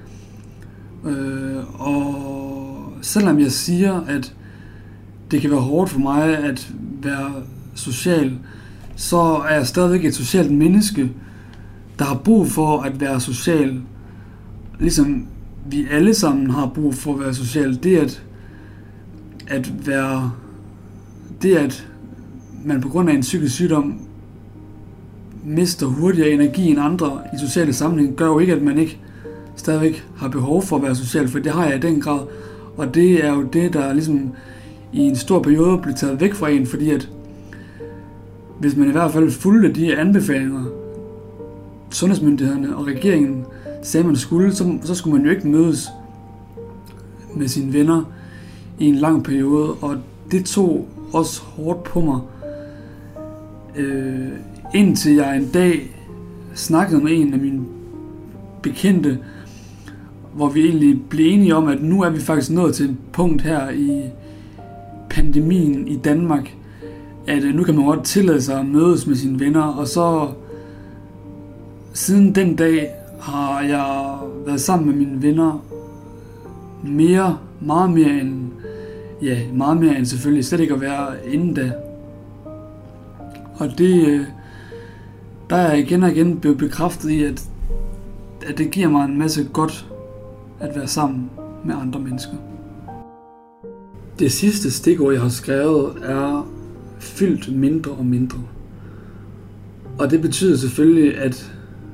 Øh, og selvom jeg siger, at det kan være hårdt for mig at være social, så er jeg stadigvæk et socialt menneske, der har brug for at være social. Ligesom vi alle sammen har brug for at være social. Det at, at være... Det at man på grund af en psykisk sygdom mister hurtigere energi end andre i sociale sammenhæng, gør jo ikke, at man ikke stadigvæk har behov for at være social, for det har jeg i den grad. Og det er jo det, der ligesom i en stor periode bliver taget væk fra en, fordi at hvis man i hvert fald fulgte de anbefalinger, sundhedsmyndighederne og regeringen sagde, man skulle, så, så skulle man jo ikke mødes med sine venner i en lang periode, og det tog også hårdt på mig, øh, indtil jeg en dag snakkede med en af mine bekendte, hvor vi egentlig blev enige om, at nu er vi faktisk nået til et punkt her i pandemien i Danmark, at nu kan man godt tillade sig at mødes med sine venner, og så siden den dag har jeg været sammen med mine venner mere, meget mere end, ja, meget mere end selvfølgelig slet ikke at være inden da. Og det, der er jeg igen og igen blevet bekræftet i, at, at det giver mig en masse godt at være sammen med andre mennesker. Det sidste stikord, jeg har skrevet, er fyldt mindre og mindre. Og det betyder selvfølgelig, at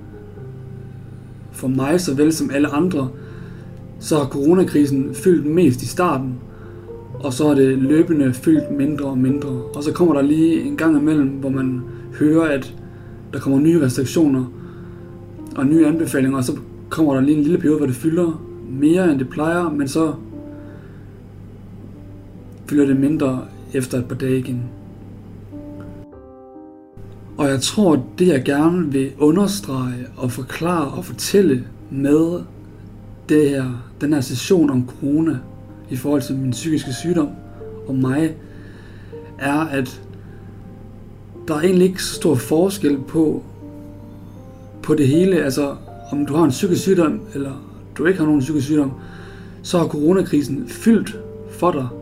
for mig, såvel som alle andre, så har coronakrisen fyldt mest i starten, og så er det løbende fyldt mindre og mindre. Og så kommer der lige en gang imellem, hvor man hører, at der kommer nye restriktioner og nye anbefalinger, og så kommer der lige en lille periode, hvor det fylder mere, end det plejer, men så fylder det mindre efter et par dage igen. Og jeg tror, at det jeg gerne vil understrege og forklare og fortælle med det her, den her session om corona i forhold til min psykiske sygdom og mig, er, at der er egentlig ikke så stor forskel på, på det hele. Altså, om du har en psykisk sygdom, eller du ikke har nogen psykisk sygdom, så har coronakrisen fyldt for dig.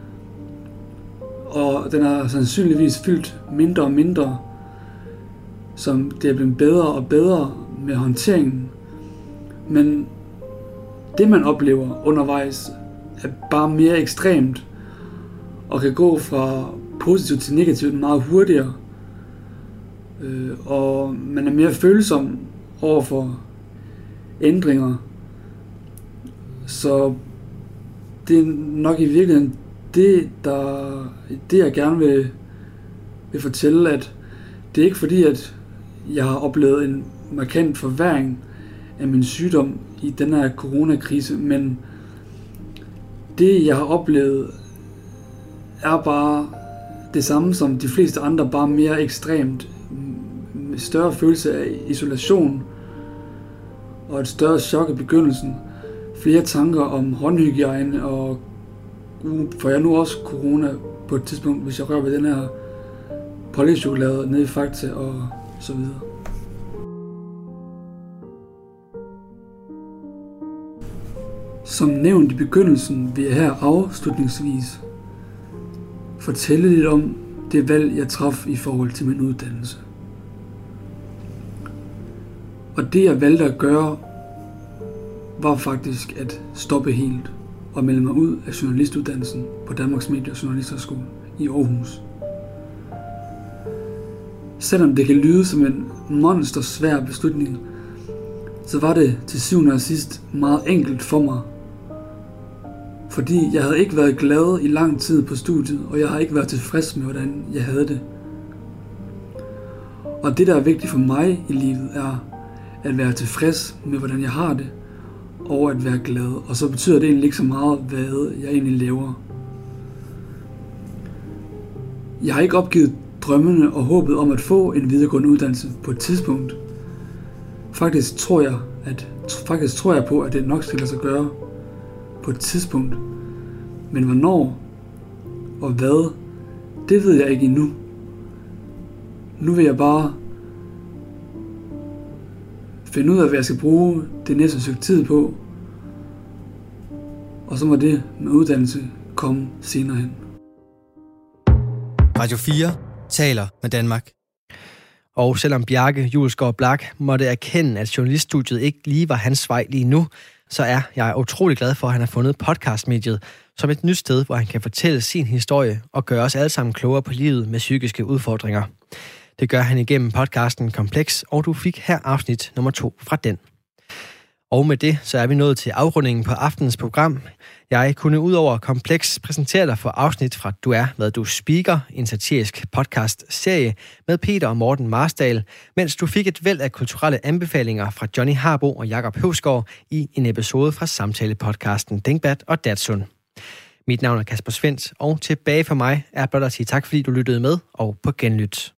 Og den er sandsynligvis fyldt mindre og mindre, som det er blevet bedre og bedre med håndteringen. Men det man oplever undervejs er bare mere ekstremt og kan gå fra positivt til negativt meget hurtigere. Øh, og man er mere følsom over for ændringer. Så det er nok i virkeligheden det, der, det jeg gerne vil, vil fortælle, at det er ikke fordi, at jeg har oplevet en markant forværring af min sygdom i den her coronakrise, men det jeg har oplevet er bare det samme som de fleste andre, bare mere ekstremt, med større følelse af isolation og et større chok i begyndelsen, flere tanker om håndhygiejne, og får jeg nu også corona på et tidspunkt, hvis jeg rører ved den her pålægtschokolade nede i Fakta og så videre. Som nævnt i begyndelsen vil jeg her afslutningsvis fortælle lidt om det valg, jeg traf i forhold til min uddannelse. Og det jeg valgte at gøre, var faktisk at stoppe helt og melde mig ud af journalistuddannelsen på Danmarks Medie- og Journalisthøjskole i Aarhus. Selvom det kan lyde som en monstersvær beslutning, så var det til syvende og sidst meget enkelt for mig. Fordi jeg havde ikke været glad i lang tid på studiet, og jeg har ikke været tilfreds med, hvordan jeg havde det. Og det, der er vigtigt for mig i livet, er at være tilfreds med, hvordan jeg har det, og at være glad. Og så betyder det egentlig ikke så meget, hvad jeg egentlig laver. Jeg har ikke opgivet drømmene og håbet om at få en videregående uddannelse på et tidspunkt. Faktisk tror jeg, at, faktisk tror jeg på, at det nok skal lade sig gøre på et tidspunkt. Men hvornår og hvad, det ved jeg ikke endnu. Nu vil jeg bare finde ud af, hvad jeg skal bruge det næste stykke tid på. Og så må det med uddannelse komme senere hen. Radio fire taler med Danmark. Og selvom Bjarke Julesgaard Blak måtte erkende, at journaliststudiet ikke lige var hans vej lige nu, så er jeg utrolig glad for, at han har fundet podcastmediet som et nyt sted, hvor han kan fortælle sin historie og gøre os alle sammen klogere på livet med psykiske udfordringer. Det gør han igennem podcasten Kompleks, og du fik her afsnit nummer to fra den. Og med det, så er vi nået til afrundingen på aftenens program. Jeg kunne udover Kompleks præsentere dig for afsnit fra Du er, hvad du speaker, en satirisk podcast-serie med Peter og Morten Marsdal, mens du fik et væld af kulturelle anbefalinger fra Johnny Harbo og Jakob Høvsgaard i en episode fra samtale-podcasten Dingbat og Datsun. Mit navn er Kasper Svendt, og tilbage for mig er blot at sige tak, fordi du lyttede med, og på genlyt.